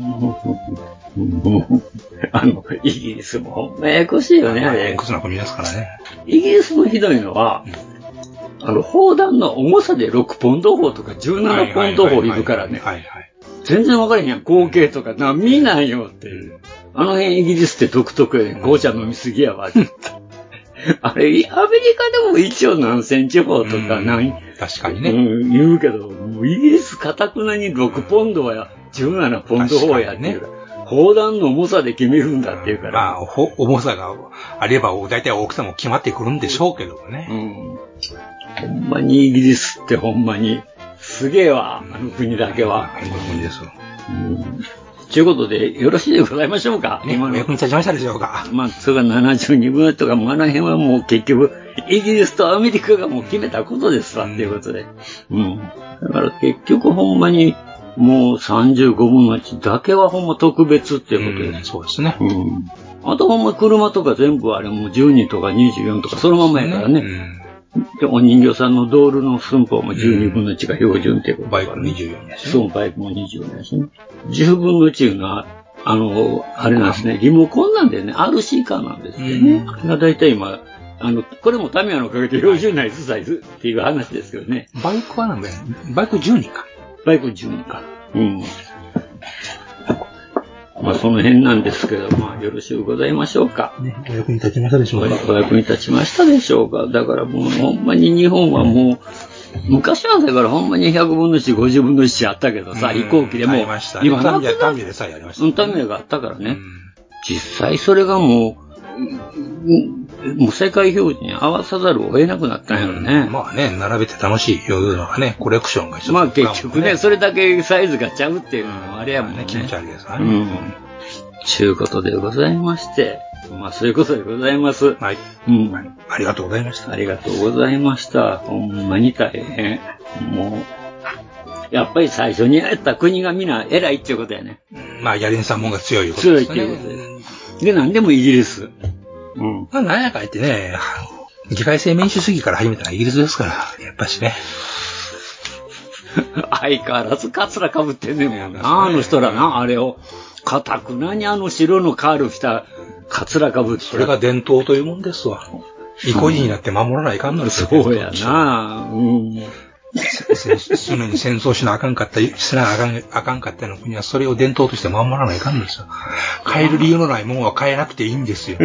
あの、イギリスもほんまややこしいよね、あれ。 ややこしな国ですからね。 イギリスのひどいのは、あの、砲弾の重さでろくポンド砲とかじゅうななポンド砲いるからね。はいはい。全然分からへんやん。合計とか何見ないよっていう。あの辺イギリスって独特やねん。紅茶飲みすぎやわ。あれ、アメリカでも一応何センチ砲とか何、 確かにね。 うん、言うけど、もうイギリスかたくなにろくポンドやじゅうななポンド砲やっていうから、砲弾の重さで決めるんだっていうから。 まあ、重さがあれば、大体大きさも決まってくるんでしょうけどね。 うん。ほんまにイギリスってほんまに、すげえわ、あの国だけは。 あの国ですわ。 うんということで、よろしいでございましょうか。 ね、お役に立ちましたでしょうか。 まあ、それがななじゅうにぶんとか、もうあの辺はもう結局、イギリスとアメリカがもう決めたことですわ、っていうことで。うん。だから結局ほんまに、もうさんじゅうごぶんのいちだけはほんま特別っていうことです。 うん、そうですね。 うん。あとほんま車とか全部あれもうじゅうにとかにじゅうよんとかそのままやからね。で、お人形さんのドールの寸法もじゅうにぶんのいちが標準っていうこと、 バイクもにじゅうよんやし、 ね。そう、バイクもにじゅうよんやしね。じゅうぶんのいちいうのは、あの、あれなんですね、リモコンなんだよね、アールシー カーなんですよね。あれが大体今、あの、これもタミヤのおかげで標準ナイズサイズっていう話ですけどね。 バイクはなんだよ。バイクじゅうにんか。 バイクじゅうにんか。うん。まあ、その辺なんですけど、まあ、よろしゅうございましょうか。 ね、お役に立ちましたでしょうか。 お役に立ちましたでしょうか。だからもう、ほんまに日本はもう、昔はだからほんまにひゃくぶんのいち、ごじゅうぶんのいちあったけどさ、飛行機でも、 今なくなった。タミヤでさえありました。 うん、タミヤがあったからね。実際それがもう、もう世界標準に合わさざるを得なくなったんやろね。 まあね、並べて楽しいいうのがね、コレクションが一緒。 まあ結局ね、それだけサイズがちゃうっていうのもあれやもんね。 気持ち悪いですね。 うん。ちゅうことでございまして、まあそういうことでございます。 はい。 うん。 ありがとうございました。 ありがとうございました。ほんまに大変。もう、やっぱり最初にやった国がみんな偉いっていうことやね。 まあやりんさんもんが強いいうことですね。 強いっていうことです。で、なんでもイギリス。 うん。まあなんやかん言ってね、議会制民主主義から始めたのはイギリスですから、やっぱしね。 相変わらずカツラ被ってんねんもんな、あの人らな、あれを。かたくなにあの白のカール着たカツラ被って。 それが伝統というもんですわ。意固地になって守らないかんのですよ。そうやなうん。 常に戦争しなあかんかった、しなあかん、あかんかったの国はそれを伝統として守らないかんのですよ。変える理由のないものは変えなくていいんですよ。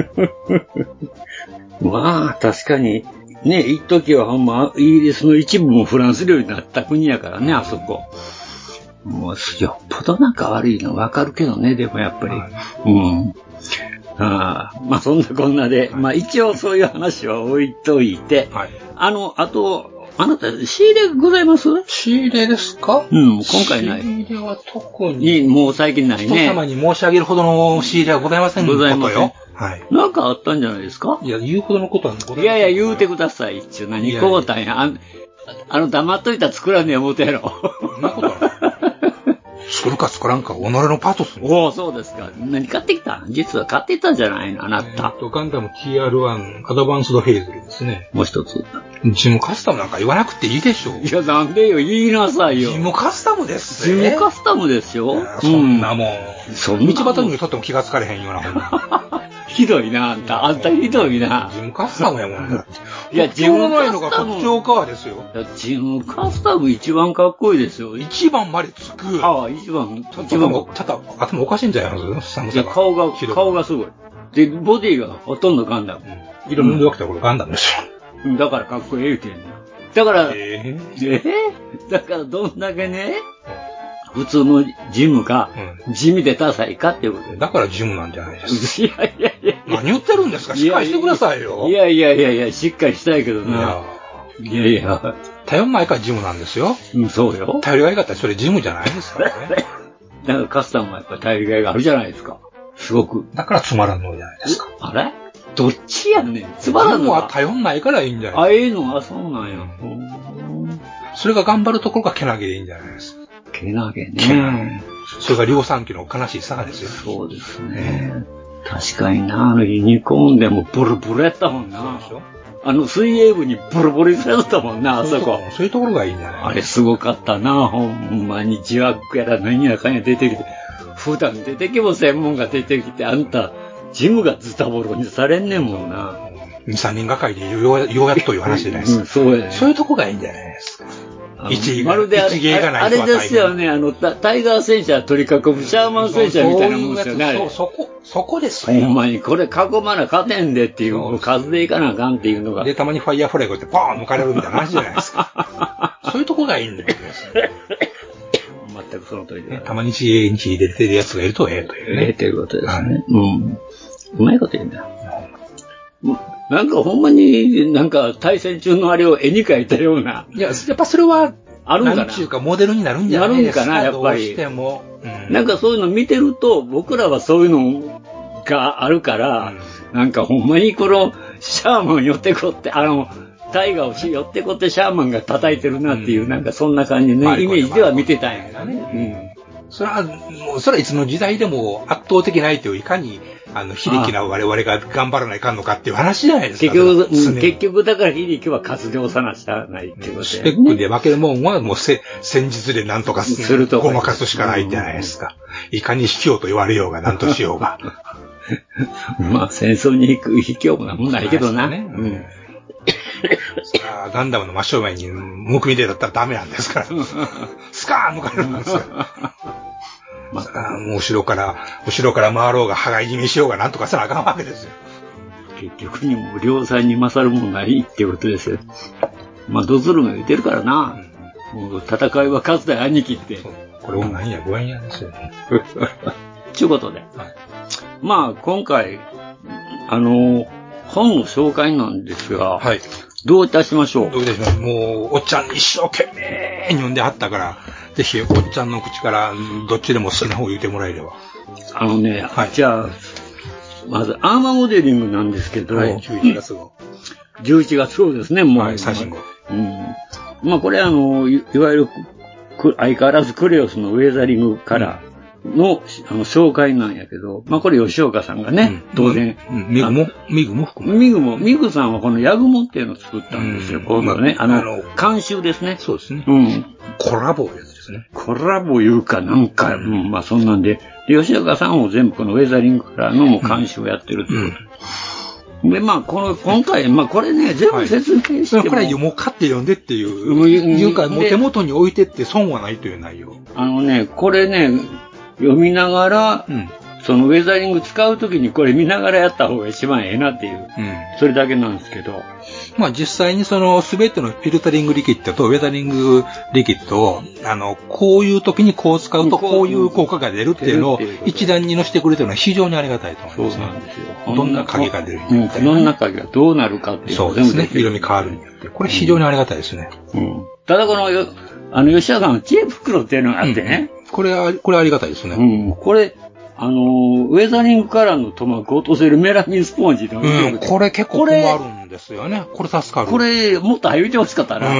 まあ、確かに、ね、一時はほんま、イギリスの一部もフランス領になった国やからね、あそこ。もう、よっぽどなんか悪いのわかるけどね、でもやっぱり。はい、うん。ああ、まあそんなこんなで、はい、まあ一応そういう話は置いといて、はい、あの、あと、あなた、仕入れございます？ 仕入れですか？ うん、今回ない。 仕入れは特に。 もう最近ないね。 人様に申し上げるほどの仕入れはございませんのことよ。 ございません。はい。なんかあったんじゃないですか？ いや、言うほどのことはございません。 いやいや、言うてください。一応何こうたんや。あ, あの、黙っといたら作らねえ思うてやろ。 そんなことは作るか作らんか、己のパートする。 おお、そうですか。何買ってきた？実は買ってたんじゃないのあなた。 えーと、ガンダム ティーアールワン アドバンスドヘイズルですね。 もう一つ。 ジムカスタムなんか言わなくていいでしょう。 いや、なんでよ、言いなさいよ。 ジムカスタムですジムカスタムですよ。 そんなもん。 そんな道端にとっても気がつかれへんようなもん。 ひどいな、あんた。あんたひどいな。 ジムカスタムやもんね。 いや、ジムないのが特徴カーですよ。 ジムカスタム一番かっこいいですよ。 一番までつく。 ああ、一番。 一番。ただ、頭おかしいんじゃないの？ いや、顔が、顔がすごい。で、ボディがほとんどガンダム。 色塗り分けたらこれガンダムですよ。だからかっこいい言うてんの。だから、えー、えー、だからどんだけね、普通のジムか、うん、地味で多彩かっていうことで。 だからジムなんじゃないですか。いやいやいや何言ってるんですか？しっかりしてくださいよ。 いやいやいやいや、しっかりしたいけどな。いやいやいや。 頼んないからジムなんですよ。 うん、そうよ。 頼りがいがあったらそれジムじゃないですからね。 だからカスタムはやっぱり頼りがいがあるじゃないですか。すごく。 だからつまらんのじゃないですか。 あれどっちやねん。つまらんのジムは頼んないからいいんじゃないあ、ええのはそうなんや。 それが頑張るところがけなげでいいんじゃないですか。 けなげね。 それが量産機の悲しい差ですよ。 そうですね。確かにな、あのユニコーンでもボロボロやったもんな。あの水泳部にボロボロにされたもんな、あそこ。 そういうところがいいんじゃないあれすごかったな、ほんまに。じわっくやら何やかんや出てきて。普段出てきも専門が出てきて、あんた、ジムがズタボロにされんねんもんな。 に、さんにんがかりでようやっという話じゃないですか。 うん、そうやね。 そういうとこがいいんじゃないですか。一まるであれ、あれですよね、あの、タイガー戦車取り囲むシャーマン戦車みたいなもんですよね、あれ。 そう、そこ、そこですよ。 ほんまに、これ囲まな勝てんでっていう、数でいかなあかんっていうのが。 で、たまにファイヤーフライこうやってポーン抜かれるみたいな話じゃないですか。 こがいいんだよ。 全くその通りで、 ね。たまに知恵に入れてるやつがいるとええというね。 ええということですね。うん。うまいこと言うんだ。なんかほんまになんか対戦中のあれを絵に描いたような。 いや、やっぱそれは、 あるんかな。 なんちゅうかモデルになるんじゃないですか。 なるんかな、やっぱり。 どうしても。 うん、なんかそういうの見てると、僕らはそういうのがあるから、うん、なんかほんまにこのシャーマン寄ってこって、あの、タイガーをし寄ってこってシャーマンが叩いてるなっていう、うん、なんかそんな感じね、イメージでは見てたんやけどね。 うん。それは、もう、それはいつの時代でも圧倒的な相手をいかに、あの、非力な我々が頑張らないかんのかっていう話じゃないですか。 結局、うん、結局だから非力は活動さなしゃないっていうことで、ね。 スペックで負けるもんはもうせ戦術で何とかするとごまかすしかないじゃないですか。いかに卑怯と言われようが何としようが。 まあ戦争に行く卑怯なもんないけどな。ね。うん。 あガンダムの真正面にむくみでだったらダメなんですから。スカーン抜かれるんですよ。まあ、もう後ろから、後ろから回ろうが、羽交い締めしようが、なんとかせなあかんわけですよ。 結局にも、両サイに勝るもんないっていうことですよ。まあ、ドズルが言ってるからな。うん、もう戦いは勝つだ兄貴って。 これも何や、ご縁やですよね。 ちゅうことで。はい、まあ、今回、あの、本の紹介なんですが、はい、どういたしましょう。 どういたしましょう。もう、おっちゃん一生懸命に読んではったから、ぜひ、おっちゃんの口から、どっちでも好きな方を言ってもらえれば。 あのね、はい、じゃあ、まず、アーマーモデリングなんですけど、 はい、じゅういちがつ号。 じゅういちがつ号ですね、もう。 はい、最新号。 うん。まあ、これあの、い, いわゆる、相変わらずクレオスのウェザリングカラーの、うん、あの紹介なんやけど、まあ、これ吉岡さんがね、うん、当然。 うん、ミグも、ミグも含む。 ミグも、ミグさんはこのヤグモっていうのを作ったんですよ、今度ね。あの、あの監修ですね。 そうですね。 うん。 コラボやつですね。 コラボいうかなんか、うん、まあそんなんで、で、吉岡さんも全部このウェザリングからのも監修をやってるっていうこと。うん、で、まあこの、今回、まあこれね、全部説明しても、 はい、これ読もうかって読んでっていう、うん、いうか、もう手元に置いてって損はないという内容。 あのね、これね、読みながら、うん、そのウェザリング使うときにこれ見ながらやった方が一番ええなっていう、うん、それだけなんですけど。 まあ実際にその全てのフィルタリングリキッドとウェザリングリキッドを、あの、こういう時にこう使うとこういう効果が出るっていうのを一段にのしてくれてるのは非常にありがたいと思います、ね。そうなんですよ。どんな影が出るんだって、ね。どんな影がどうなるかっていうのを全部そうですね。色味変わるによって。これ非常にありがたいですね。 うん。ただこの、あの、吉田さんの知恵袋っていうのがあってね。 うん、これは、これありがたいですね。 うん。これ、あのー、ウェザリングカラーの塗膜を落とせるメラミンスポンジの、 うん、これ結構困るんですよね。これ助かる。 これ、もっと早めてほしかったな。 うん。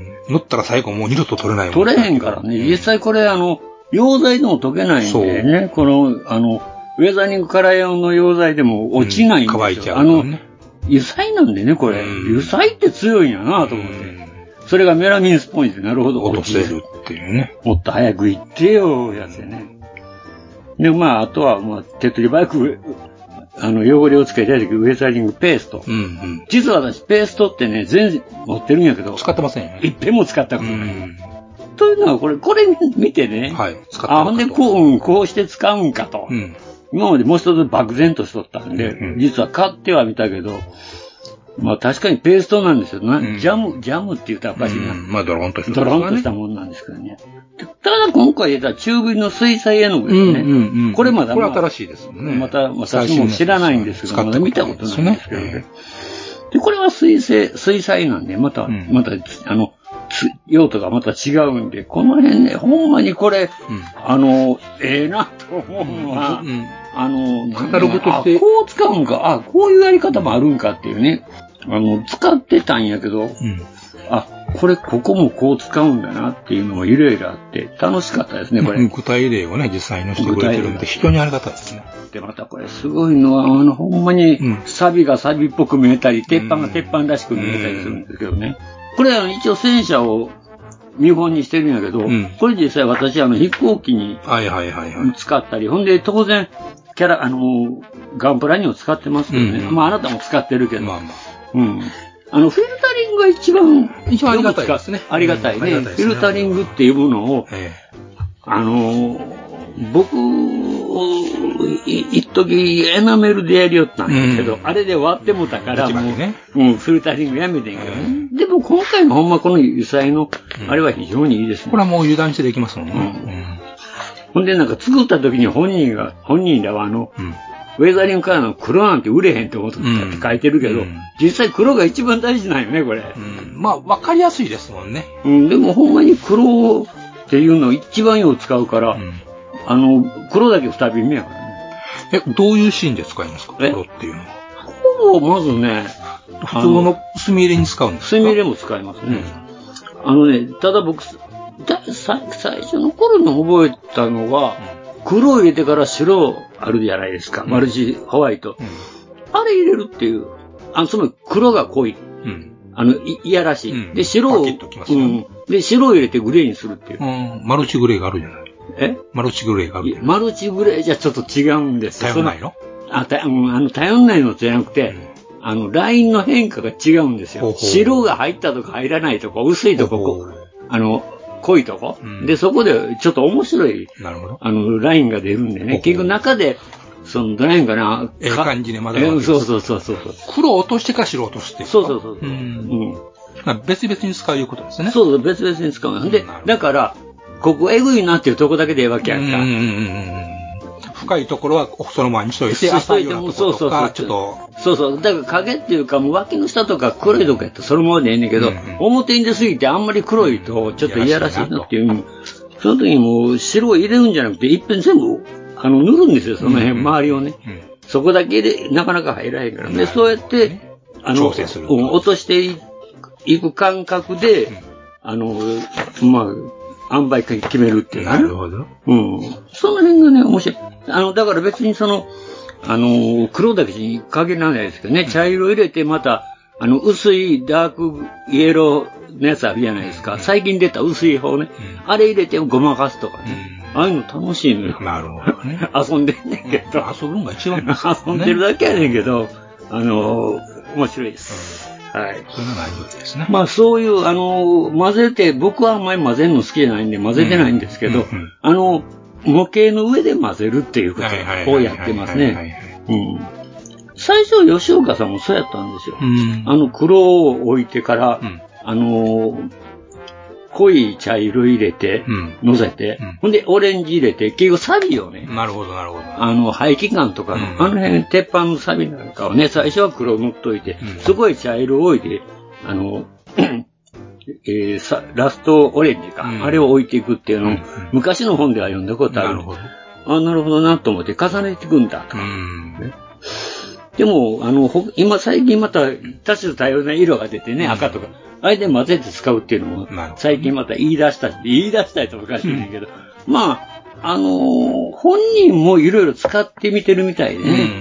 塗ったら最後もう二度と取れないもん。 取れへんからね。実際これ、あの、溶剤でも溶けないんでね。この、あの、ウェザリングカラー用の溶剤でも落ちないんですよ。うん、 乾いちゃう、ね。あの、 油彩なんでね、これ。うん、油彩って強いんやなと思って。うん、それがメラミンスポンジでなるほど落とせるっていうね。 もっと早く行ってよ、やつでね。で、まあ、あとは、まあ、手っ取り早く、あの、汚れをつけてるウェザリングペースト。うんうん、実は私、ペーストってね、全然持ってるんやけど。 使ってませんよね。 一遍も使ったことない。というのは、これ、これ見てね。 はい。 使ったあ、ほんで、こう、うん、こうして使うんかと。うん、今までもう一つ漠然としとったんで、うんうん、実は買ってはみたけど、まあ確かにペーストなんですよ。な、うん、ジャム、ジャムって言ったらおかしいな。 うん、まあドロンとした、 ね。ドロンとしたもんなんですけどね。ただ今回入れた中火の水彩絵の具ですね。うんうんうん、これまだ、 まあ、これ新しいですもんね。 また、私も知らないんですけど、まだ見たことないんですけどね。で、これは水彩、水彩なんで、また、うん、また、あの、用途がまた違うんで、この辺ね、ほんまにこれ、うん、あの、ええー、なと思うのは、うん、あの、 カタログとして、 あ、こう使うんか、あ、こういうやり方もあるんかっていうね。あの、使ってたんやけど、うん、あ、これ、ここもこう使うんだなっていうのもいろいろあって、楽しかったですね、これ。 具体例をね、実際にしてくれてるんで、非常にありがたいですね。 で、またこれ、すごいのは、あの、ほんまに、サビがサビっぽく見えたり、鉄板が鉄板らしく見えたりするんですけどね。これ、一応戦車を見本にしてるんやけど、うん、これ実際私、あの、飛行機に使ったり、ほんで、当然、キャラ、あの、ガンプラにも使ってますけどね。うん、まあ、あなたも使ってるけど。まあまあうん。あの、フィルタリングが一番、 一番ありがたいですね。 ありがたいね。うん、フィルタリングっていうものを、ええ、あの、僕、一時エナメルでやりよったんやけど、うん、あれで割ってもたから、もう、ね、うん、フィルタリングやめてんけどね。うん、でも今回のほんまこの油彩の、あれは非常にいいですね。 これはもう油断してできますもんね。うんうん、ほんでなんか作った時に本人が、本人らはあの、うん、ウェザリングからの黒なんて売れへんって思ったって書いてるけど、うん、実際黒が一番大事なんよね、これ。 うん、まあ、わかりやすいですもんね。 うん、でもほんまに黒っていうのを一番よう使うから、うん、あの、黒だけ二瓶目やからね。 え、どういうシーンで使いますか、黒っていうのは。 ほぼ、まずね、 普通の墨入れに使うんですか？ 墨入れも使いますね。うん、あのね、ただ僕、だ最初の頃に覚えたのは、うん、黒入れてから白あるじゃないですか。うん、マルチホワイト、うん。あれ入れるっていう。あの、つまり黒が濃い。うん、あの、い、いやらしい。うん、で、白を、ね、うん。で、白を入れてグレーにするっていう。 うん、マルチグレーがあるじゃない。 えマルチグレーがある。 マルチグレーじゃちょっと違うんですよ。頼んないのあ、た、うん、あの、頼んないのじゃなくて、うん、あの、ラインの変化が違うんですよ。ほうほう白が入ったとか入らないとか、薄いとこ、ほうほうあの、濃いとこ、うん、で、そこでちょっと面白い、 なるほどあの、ラインが出るんでね、ほうほう結局中で、その、どないんかな、 ええ感じでまだまだ。そうそうそうそう。 黒を落としてから白を落としてそうそうそう。 うん。うんまあ、別々に使ういうことですね。 そうそう、別々に使う。で、だから、ここエグいなっていうとこだけでええわけやんか。うんうんうん。 深いところはそのままにしといて、浅いようなところとか、ちょっと。 そうそう。だから影っていうか、もう脇の下とか黒いとこやったらそのままでええねんけど、うんうん、表に出すぎてあんまり黒いとちょっといやらしいなっていう。その時にもう白を入れるんじゃなくて、いっぺん全部、あの、塗るんですよ、その辺、うんうん、周りをね、うん。そこだけでなかなか入らへんから。で、そうやって、あの、 調整する。 落としていく感覚で、うん、あの、まあ、塩梅決めるっていうね。 なるほど。 うん。その辺がね、面白い。あの、だから別にその、あの、黒だけに限らないですけどね、茶色入れてまた、あの、薄いダークイエローのやつあるじゃないですか。最近出た薄い方ね。うん、あれ入れてごまかすとかね。うん、ああいうの楽しいのよ。 なるほどね。 遊んでんねんけど。 遊ぶのが一番、 ね、遊んでるだけやねんけど、あの、面白いです。うんはい。 そんな内容ですね。 まあそういう、あの、混ぜて、僕はあんまり混ぜるの好きじゃないんで混ぜてないんですけど、うんうんうん、あの、模型の上で混ぜるっていうことをやってますね。最初、吉岡さんもそうやったんですよ。うん、あの、黒を置いてから、うん、あの、濃い茶色入れて、うん、乗せて、うん、ほんでオレンジ入れて、結局サビをね。 なるほど、なるほど。 あの、排気管とかの、うん、あの辺、鉄板のサビなんかをね、最初は黒塗っといて、うん、すごい茶色を置いて、あの、えー、さラストオレンジか、うん、あれを置いていくっていうのを、うん、昔の本では読んだことある。なるほど。あ、なるほどなと思って重ねていくんだと。うんね、でも、あの、今最近また多種多様な色が出てね、うん、赤とか。あれで混ぜて使うっていうのも、最近また言い出したし、言い出したいとおかしいんだけど、うん、まあ、あのー、本人もいろいろ使ってみてるみたいでね、うんうん。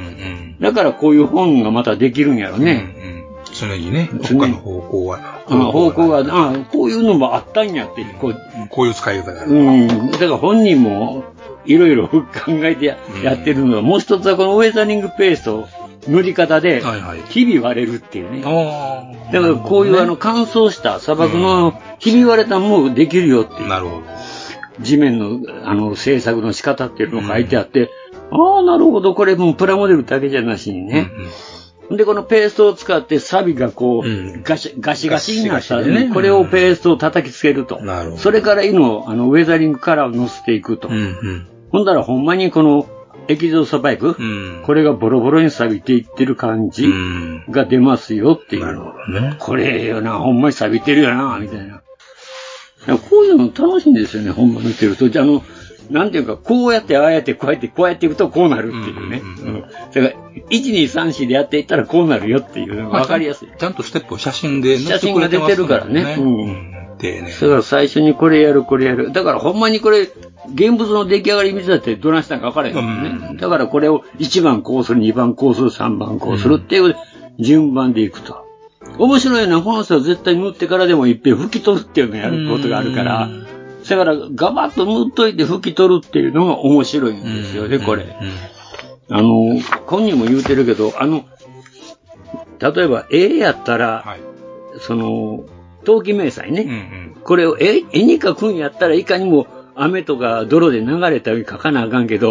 だからこういう本がまたできるんやろね。うんうん、 常にね、他の方向は。 あ方向が、あこういうのもあったんやって、こう、 こういう使い方がある。 うん。だから本人もいろいろ考えて や,、うん、やってるのは、もう一つはこのウェザリングペースト塗り方で、ひび割れるっていうね。はいはい、だからこういう、ね、あの乾燥した砂漠のひび割れたものできるよっていう。 なるほど。 地面のあの製作の仕方っていうのが書いてあって、うん、ああ、なるほど、これもうプラモデルだけじゃなしにね。うんうん、で、このペーストを使ってサビがこう、うん、ガシガシガシになったらね、これをペーストを叩きつけると。なるほど。それからいの、あの、ウェザリングカラーを乗せていくと。うんうん、ほんだらほんまにこの、液状素パイプ、うん、これがボロボロに錆びていってる感じが出ますよっていう。なるほどね。これよな、ほんまに錆びてるよな、みたいな。こういうの楽しいんですよね、ほんま見てると。じゃあ、あの、なんていうか、こうやって、ああやって、こうやって、こうやっていくとこうなるっていうね。うんうんうん、だから、いち、に、さん、よんでやっていったらこうなるよっていうのがわかりやすい。 ちゃんとステップを写真で載せてくれてますもんね。写真が出てるからね。うん。でね。だから最初にこれやる、これやる。だからほんまにこれ、現物の出来上がり見てたってどないしたんか分からへんもんね、うん。だからこれをいちばんこうする、にばんこうする、さんばんこうするっていう順番でいくと。面白いのはこの人は絶対塗ってからでもいっぺん拭き取るっていうのをやることがあるから、だからガバッと塗っといて拭き取るっていうのが面白いんですよね、これ。あの、本人も言うてるけど、あの、例えば絵やったら、はい、その、陶器明細ね、うんうん、これを絵、絵に描くんやったらいかにも雨とか泥で流れたように描かなあかんけど、うん、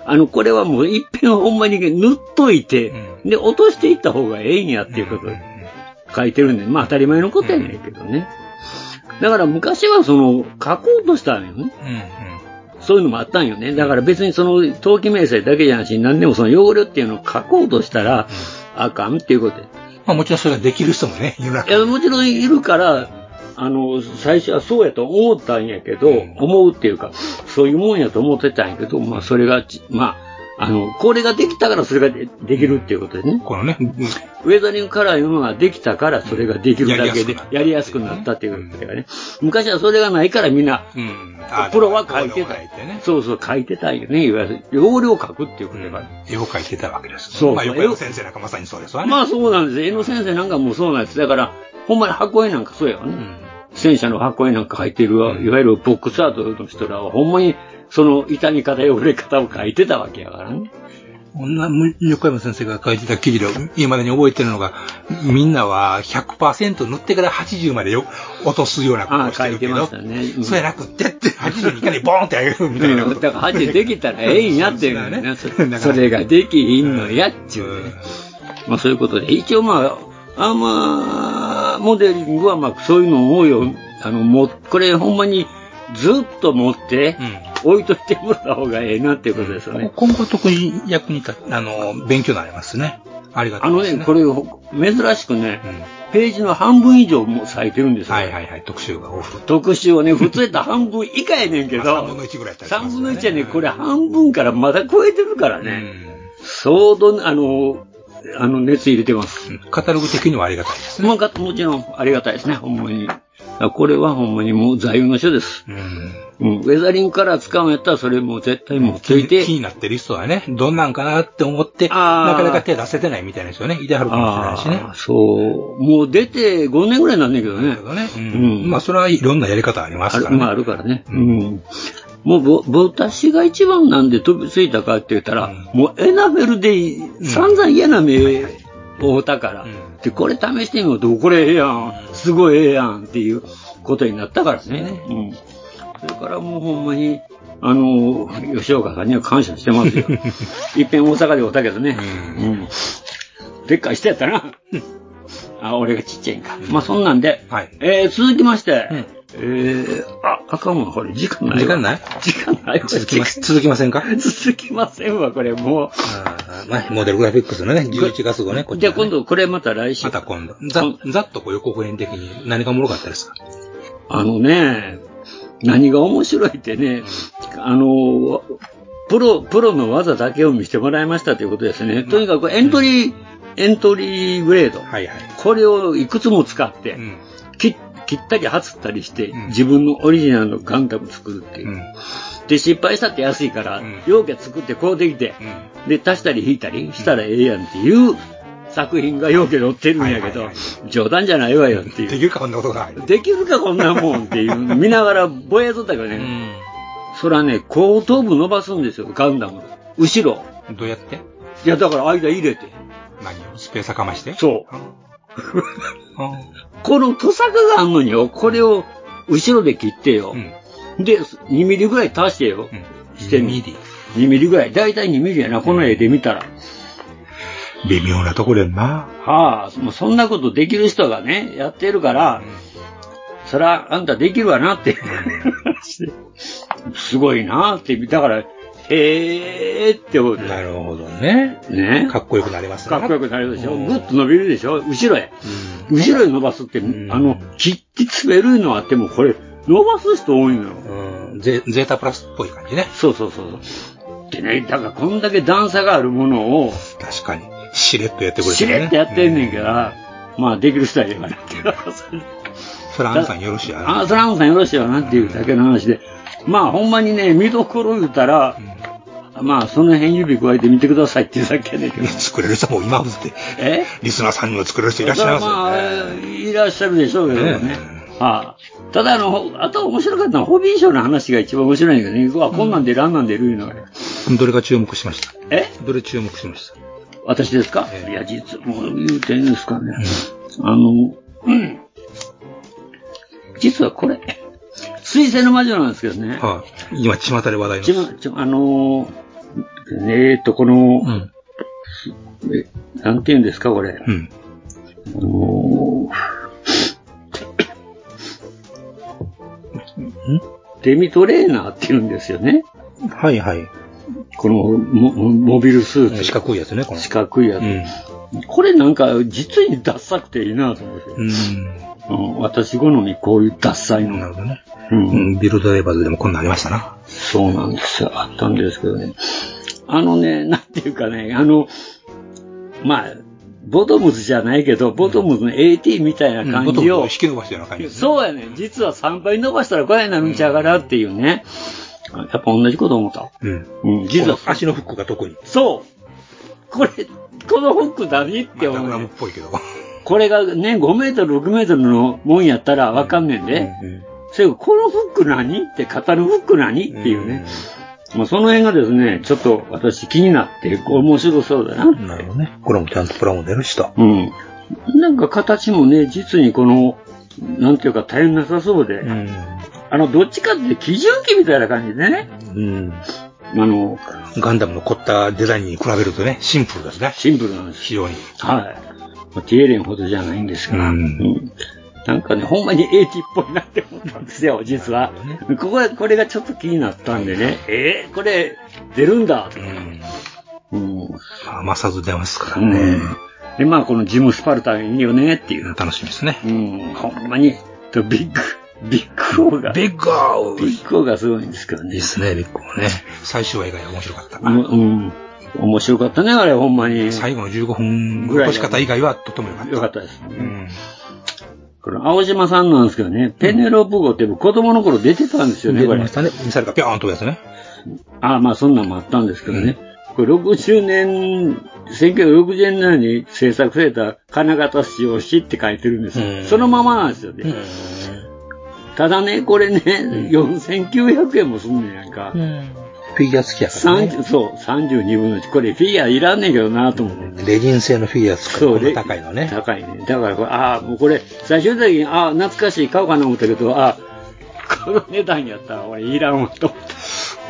あの、これはもう一遍ほんまに塗っといて、うん、で、落としていった方がええんやっていうことで書いてるんで、まあ当たり前のことやねんけどね。だから昔はその、書こうとしたんよね。うんうん、そういうのもあったんよね。だから別にその、登記明細だけじゃなしに何でもその汚れっていうのを書こうとしたら、うん、あかんっていうことで。 まあもちろんそれができる人もね、いるわけ。 いや、もちろんいるから、あの、最初はそうやと思ったんやけど、うん、思うっていうか、そういうもんやと思ってたんやけど、まあそれが、まあ、あの、これができたからそれが で, できるっていうことでね。 このね、うん、 ウェザリングカラーいうのができたからそれができるだけで、やりやすくなったっていうことがね。昔はそれがないからみんな、うん、プロは書いてた。ね、そうそう、書いてたんよね。いわゆる、汚れを書くっていうことだから。 絵を描いてたわけです。 そう。 まあ、横山先生なんかまさにそうですわね。 まあそうなんです。絵の先生なんかもそうなんです。だから、ほんまに箱絵なんかそうやわね。うん、戦車の箱絵なんか書いてる、いわゆるボックスアートの人らは、ほんまにその傷み方、汚れ方を書いてたわけやからね。 横山先生が書いてた記事で今までに覚えてるのが、みんなは ひゃくパーセント 塗ってからはちじゅうまで落とすようなことをしてるけど、ああねうん、そうやなくってって、はちじゅうにいかにボーンってあげるみたいなこと。 だからはちじゅうできたらええんやっていうね。ねそれができひんのやっちゅうね。うん、まあそういうことで、一応まあ、あまあ、モデリングはまあそういうのをよ、あの、も、これほんまにずっと持って、うん置いといてもらった方がええなっていうことですよね。 今後特に役に立つ、あの、勉強になりますね。ありがたいですね。 あのね、これ、珍しくね、うん、ページの半分以上も割いてるんですよ。 はいはいはい、特集が多く。 特集をね、普通やったら半分以下やねんけど、 さんぶんのいちぐらいやったりしますね。 さんぶんのいちやね、これ半分からまだ超えてるからね。うん、相当、あの、あの、熱入れてます。 カタログ的にはありがたいですね。 まあ、もちろんありがたいですね、ほんまに。これはほんまにもう座右の書です。うん。うん。ウェザリングカラー使うんやったらそれも絶対もうついて。 気になってる人はね、どんなんかなって思って、なかなか手出せてないみたいな人はね、いてはるかもしれないしね。 そう。もう出てごねんぐらいなんだけどね。 ねうん。うん。まあそれはいろんなやり方ありますからね。 まああるからね。うん。もうぼ、私が一番なんで飛びついたかって言ったら、うん、もうエナメルで散々嫌な目を負ったから。うんで、これ試してみようと、これええやん、すごいええやんっていうことになったからね。うん。それからもうほんまに、あの、吉岡さんには感謝してますよ。いっぺん大阪でおったけどね。うん。うん、でっかい人やったな。あ、俺がちっちゃいんか。まあそんなんで、はい、えー、続きまして、うんえー、あ、あかんわ、これ、時間ない。 時間ない時間ないわ。 続きます。続きませんか続きませんわ、これ、もう。 あまあ、モデルグラフィックスのね、じゅういちがつ号ね、こっち、 ね。じゃあ今度、これまた来週。 また今度。ざ、ざっとこう予告編的に何がおもろかったですかあのね、何が面白いってね、うん、あの、プロ、プロの技だけを見せてもらいましたということですね。とにかくエントリー、うん、エントリーグレード。はいはい。これをいくつも使って、うん、切って切ったりはつったりして、うん、自分のオリジナルのガンダム作るっていう。うん、で、失敗したって安いから、うん、容器作ってこうできて、うん、で、足したり引いたりしたらええやんっていう作品が容器載ってるんやけど、はいはいはい、冗談じゃないわよっていう。 できるかこんなことが。 できるかこんなもんっていう、見ながらぼやっとったけどね。うん、それはね、後頭部伸ばすんですよ、ガンダムの。後ろ。 どうやっていや、だから間入れて。 何をスペーサーかましてそう。このトサカがあんのによ、これを後ろで切ってよ。うん、で、にミリぐらい足してよ。うん、してみ。にミリ ?にミリぐらい。だいたいにミリやな、この絵で見たら。 微妙なとこでんな。 はあ、もうそんなことできる人がね、やってるから、うん、そら、あんたできるわなって。すごいなって、だから、へーって思う。 なるほどね。 ね。 かっこよくなりますね。 かっこよくなるでしょ。ぐっと伸びるでしょ。後ろへ。うん、後ろへ伸ばすって、うん、あの、切って滑るのあっても、これ、伸ばす人多いのよ。 うん。ゼ、ゼータプラスっぽい感じね。 そうそうそう。でね、だからこんだけ段差があるものを。 確かに。しれっとやってくれてるね。しれっとやってんねんから、うん、まあ、できる人は言わないけど。 それあんさんよろしいやな。 あ、それあんさんよろしいわなっていうだけの話で。まあ、ほんまにね、見どころ言うたら、うん、まあ、その辺指加えてみてくださいっていうだけやねんけど。 作れる人も今まで。 えリスナーさんにも作れる人いらっしゃいますよね。 まあ、いらっしゃるでしょうけどね。ねはあ、ただ、あの、あと面白かったのは、ホビー賞の話が一番面白いんだけどね。うわ、こんなんでランなんでるいうのがね。 どれが注目しましたえどれ注目しました私ですか、えー、いや、実、もう言うていいんですかね。うん、あの、うん。実はこれ。水星の魔女なんですけどね。 はあ、今、巷で話題の。 ちま、ちま、あのー、 えーっと、この、うん、えなんて言うんですか、これ。うん、あのー、デミトレーナーって言うんですよね。 はいはい。 このモ、モビルスーツ。 四角いやつね、この。 四角いやつ。うん、これなんか、実にダッサくていいなと思って。うんうん、私好みこういうダッサいの。 なるほどね。うん、うん。ビルドレーバーズでもこんなんありましたな。 そうなんですよ。あったんですけどね。あのね、なんていうかね、あの、まあ、ボトムズじゃないけど、ボトムズの エーティー みたいな感じを。うん、ボトムズを引き伸ばしたような感じ、ね。 そうやね。実はさんばい伸ばしたらごえんになるんちゃうかなっていうね。やっぱ同じこと思った。 うん。うん、実は。足のフックが特に。 そう。これ、このフック何って思う。 ダブラムっぽいけど。 これがね、ごメートル、ろくメートルのもんやったらわかんねんで。うんうんうん、それこのフック何って、肩のフック何っていうね。まあその辺がですね、ちょっと私気になって、面白そうだな。 なるほどね。これもちゃんとプラモデルした。 うん。なんか形もね、実にこの、なんていうか大変なさそうで。うん、あの、どっちかって基準機みたいな感じでね。うん。あの、 ガンダムの凝ったデザインに比べるとね、シンプルですね。 シンプルなんです。 非常に。 はい。ティエレンほどじゃないんですから。うん。うん、なんかね、ほんまに エーティー っぽいなって思ったんですよ、実は。ね、ここは、これがちょっと気になったんでね。えー、これ、出るんだと。 うん。うん。余さず出ますからね。うん。 で、まあ、このジム・スパルタンいいよねっていう。 楽しみですね。 うん。ほんまに、ビッグ。ビッグオーが。 ビッグオービッグオーがすごいんですけどね。 いいですね、ビッグオーね。最終話以外は面白かった。 うん。うん。面白かったね、あれ、ほんまに。 最後のじゅうごふんぐらい。落とし方以外はとても良かった。 良かったです、ね。うん。これ、青島さんなんですけどね、ペネロプ号って子供の頃出てたんですよね、これ。 出てましたね。ミサイルがピョーンとやつね。 ああ、まあそんなんもあったんですけどね。うん、これろくじゅうねん、せんきゅうひゃくろくじゅうねんだいに制作された金型使用紙って書いてるんですよ。そのままなんですよね。ただね、これね、よんせんきゅうひゃくえんもすんねんやんか。 フィギュア付きやからね。 そう、さんじゅうにぶんのいち。これフィギュアいらんねんけどなと思って。 レジン製のフィギュア使うと高いのね。 高いね。だからこれ、ああ、もうこれ、最終的に、ああ、懐かしい、買おうかな思ったけど、ああ、この値段やったら俺いらんわと思って。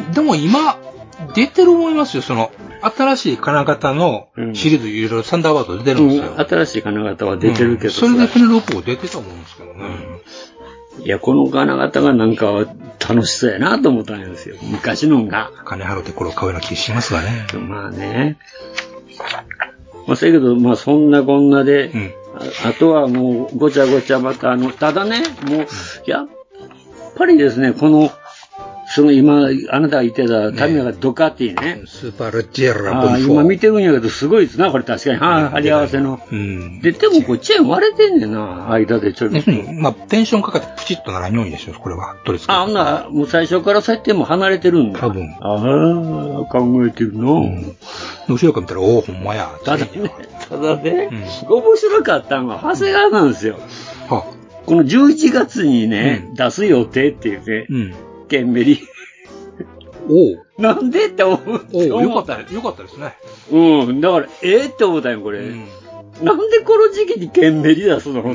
でも今、出てる思いますよ、その、新しい金型のシリーズいろいろサンダーバード出てるんですよ。 うん、新しい金型は出てるけど、うん、 それでペネロープ号出てたと思うんですけどね。 うん、いや、この金型がなんか楽しそうやなと思ったんですよ。昔のが。 金払ってこれを買うような気しますわね。 まあね。まあ、そうやけど、まあそんなこんなで、うん、あ, あとはもうごちゃごちゃまた、あの、ただね、もう、うん、やっぱりですね、この、その今、あなたが言ってたタミヤがドカティね。 スーパーレッジェラボリフォー。今見てるんやけど、すごいですな、これ確かに。は貼り合わせの。うん、で、でもこれチェーン割れてんねんな、間でちょっと。 まあ、テンションかかってプチッとならんようにでしょ、これは。取り付け。 あ、ほんなもう最初から設定も離れてるんだ。 多分。 ああ、考えてるな、うん、 後ろから見たら、おお、ほんまや。 ただね、ただね、うん、面白かったのは長谷川なんですよ。はこのじゅういちがつにね、うん、出す予定っていうね、うん、ケンメリ。 おう。 なんでって思う。 おう、よかった、よかったですね。 うん。だから、ええー、って思ったよ、これ、うん。なんでこの時期にケンメリ出すのって。うん、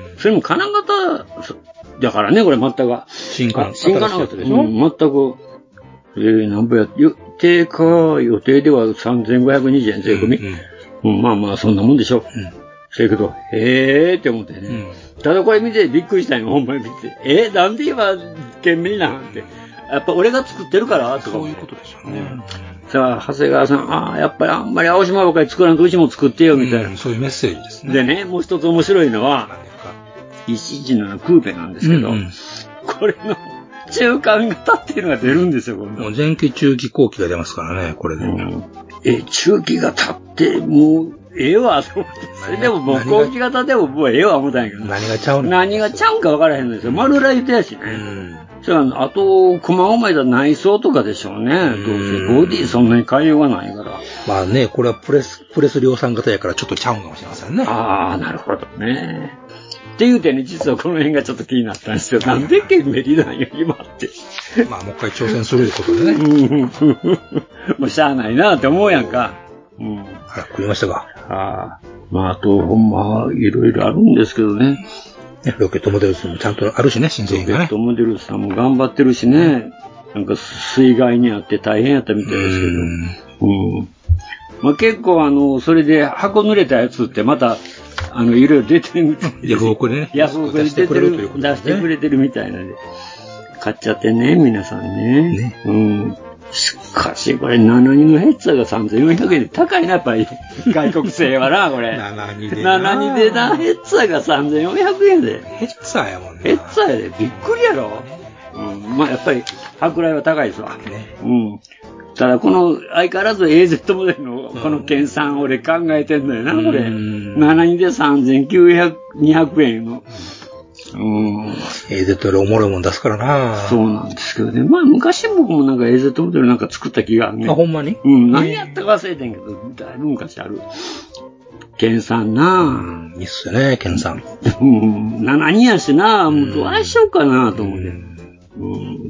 それも金型、だからね、これ全く。 新金型。 新金型でしょ、うん、全く。えー、なんぼや、予定か、予定ではさんぜんごひゃくにじゅうえん税込み、うんうんうん。まあまあ、そんなもんでしょ。うん。そやけど、ええー、って思ってね。うん、ただこれ見てびっくりしたよ、ほんまに見て。えー、なんで今、ケンメリなんて。やっぱ俺が作ってるからとか。 そういうことでしょうね。 さあ、長谷川さん、ああ、やっぱりあんまり青島ばかり作らんとうちも作ってよ、みたいな、 うん。そういうメッセージですね。 でね、もう一つ面白いのは、いちいちななクーペなんですけど、うんうん、これの中間型っていうのが出るんですよ、今度。 もう前期中期後期が出ますからね、これで。うん、 え、中期型って、もう、ええわ、と思って。それでももう後期型でももうええわ、思ったんやけど。 何がちゃうの何がちゃうんか分からへんのですよ。丸ライトやしね。うんそれはあと、細々いだ内装とかでしょうね。どうせボディそんなに変えようがないから。 まあね、これはプレス、プレス量産型やからちょっとちゃうんかもしれませんね。 ああ、なるほどね。っていうてね、実はこの辺がちょっと気になったんですよ。なんでケンメリなんよ、今って。 まあもう一回挑戦するってことでね。 もうしゃあないなって思うやんか。うん。 早く食いましたか。 ああ。まああと、ほんま、いろいろあるんですけどね。 ロケットモデルスもちゃんとあるしね、新製品がね。 ロケットモデルスさんも頑張ってるしね。 なんか水害にあって大変やったみたいですけど。うん。まあ結構あの、それで箱濡れたやつってまた、あの、いろいろ出てるみたいで。 ヤフオクでね。 ヤフオクで出てる、出してくれてるみたいなんで。買っちゃってね、皆さんね。ね。うん。しかし、これ、ななにのヘッツァーがさんぜんよんひゃくえんで高いな、やっぱり。外国製はな、これ。ななにでな。ななにでな、ヘッツァーがさんぜんよんひゃくえんで。 ヘッツァーやもんね。 ヘッツァーやで。びっくりやろ。うん。まあ、やっぱり、舶来は高いですわ。ね。うん。ただ、この、相変わらず エーゼット モデルの、この計算、俺考えてんのよな、これ。ななにでさんぜんきゅうひゃく、にひゃくえんの。うん。 エーゼット よりおもろいもん出すからな。 そうなんですけどね。まあ昔僕もなんか エーゼット モデルなんか作った気があるね。 あ、ほんまに？ うん。何やったか忘れてんけど、だいぶ昔ある。研鑽なぁ。いいっすよね、研鑽。 うん。ななにやしなぁ。もうどうしようかなと思って。 うん。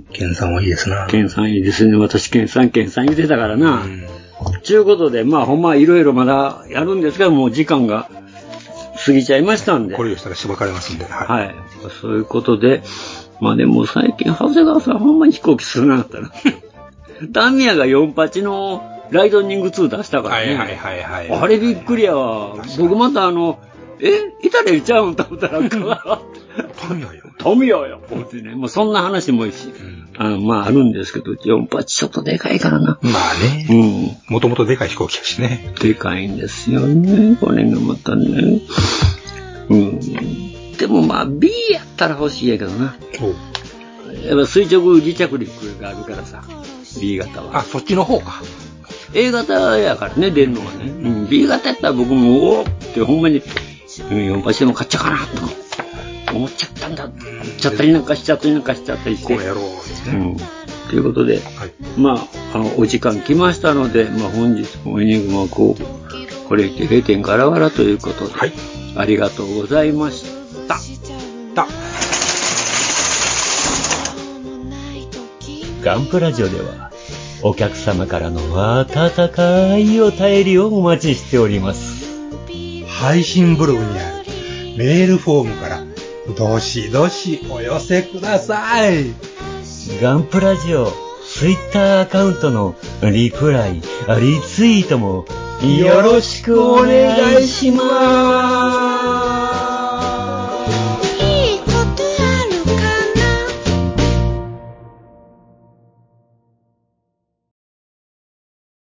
研鑽はいいですな。 研鑽いいですね。私研鑽、研鑽言ってたからな。ちゅうことで、まあほんまいろいろまだやるんですけど、もう時間が過ぎちゃいましたんで。 これをしたらしばかれますんで。 はい。はい、そういうことで、まあでも最近、長谷川さんほんまに飛行機するなかったら。ダンミヤがよんじゅうはちのライトニングツー出したからね。 はいはいはいはい。 あれびっくりやわ。僕またあの、えイタリアちゃうんと思ったら、 タミヤよ。 タミヤよ。思ってね。もうそんな話もいいし、うん、あの、まああるんですけど、よんじゅうはちちょっとでかいからな。 まあね。うん。もともとでかい飛行機やしね。 でかいんですよね。これがまたね。うん。でもまあ ビー やったら欲しいやけどな。やっぱ垂直離着陸があるからさ。ビー 型は。 あ、そっちの方か。 A 型やからね、出るのはね。うん、ビー 型やったら僕も、おーってほんまに、よんじゅうはちでも買っちゃうかなと思っちゃったんだ。買っちゃったりなんかしちゃったりなんかしちゃったりして。 こうやろうですね。 うん。ということで、はい、まあ、あの、お時間来ましたので、まあ本日もエニグマこう、これいてれいてんガラガラということで、はい、ありがとうございました。 た。 ガンプラジオでは、お客様からの温かいお便りをお待ちしております。 配信ブログにあるメールフォームからどしどしお寄せください。 ガンプラジオツイッターアカウントのリプライ、リツイートもよろしくお願いします。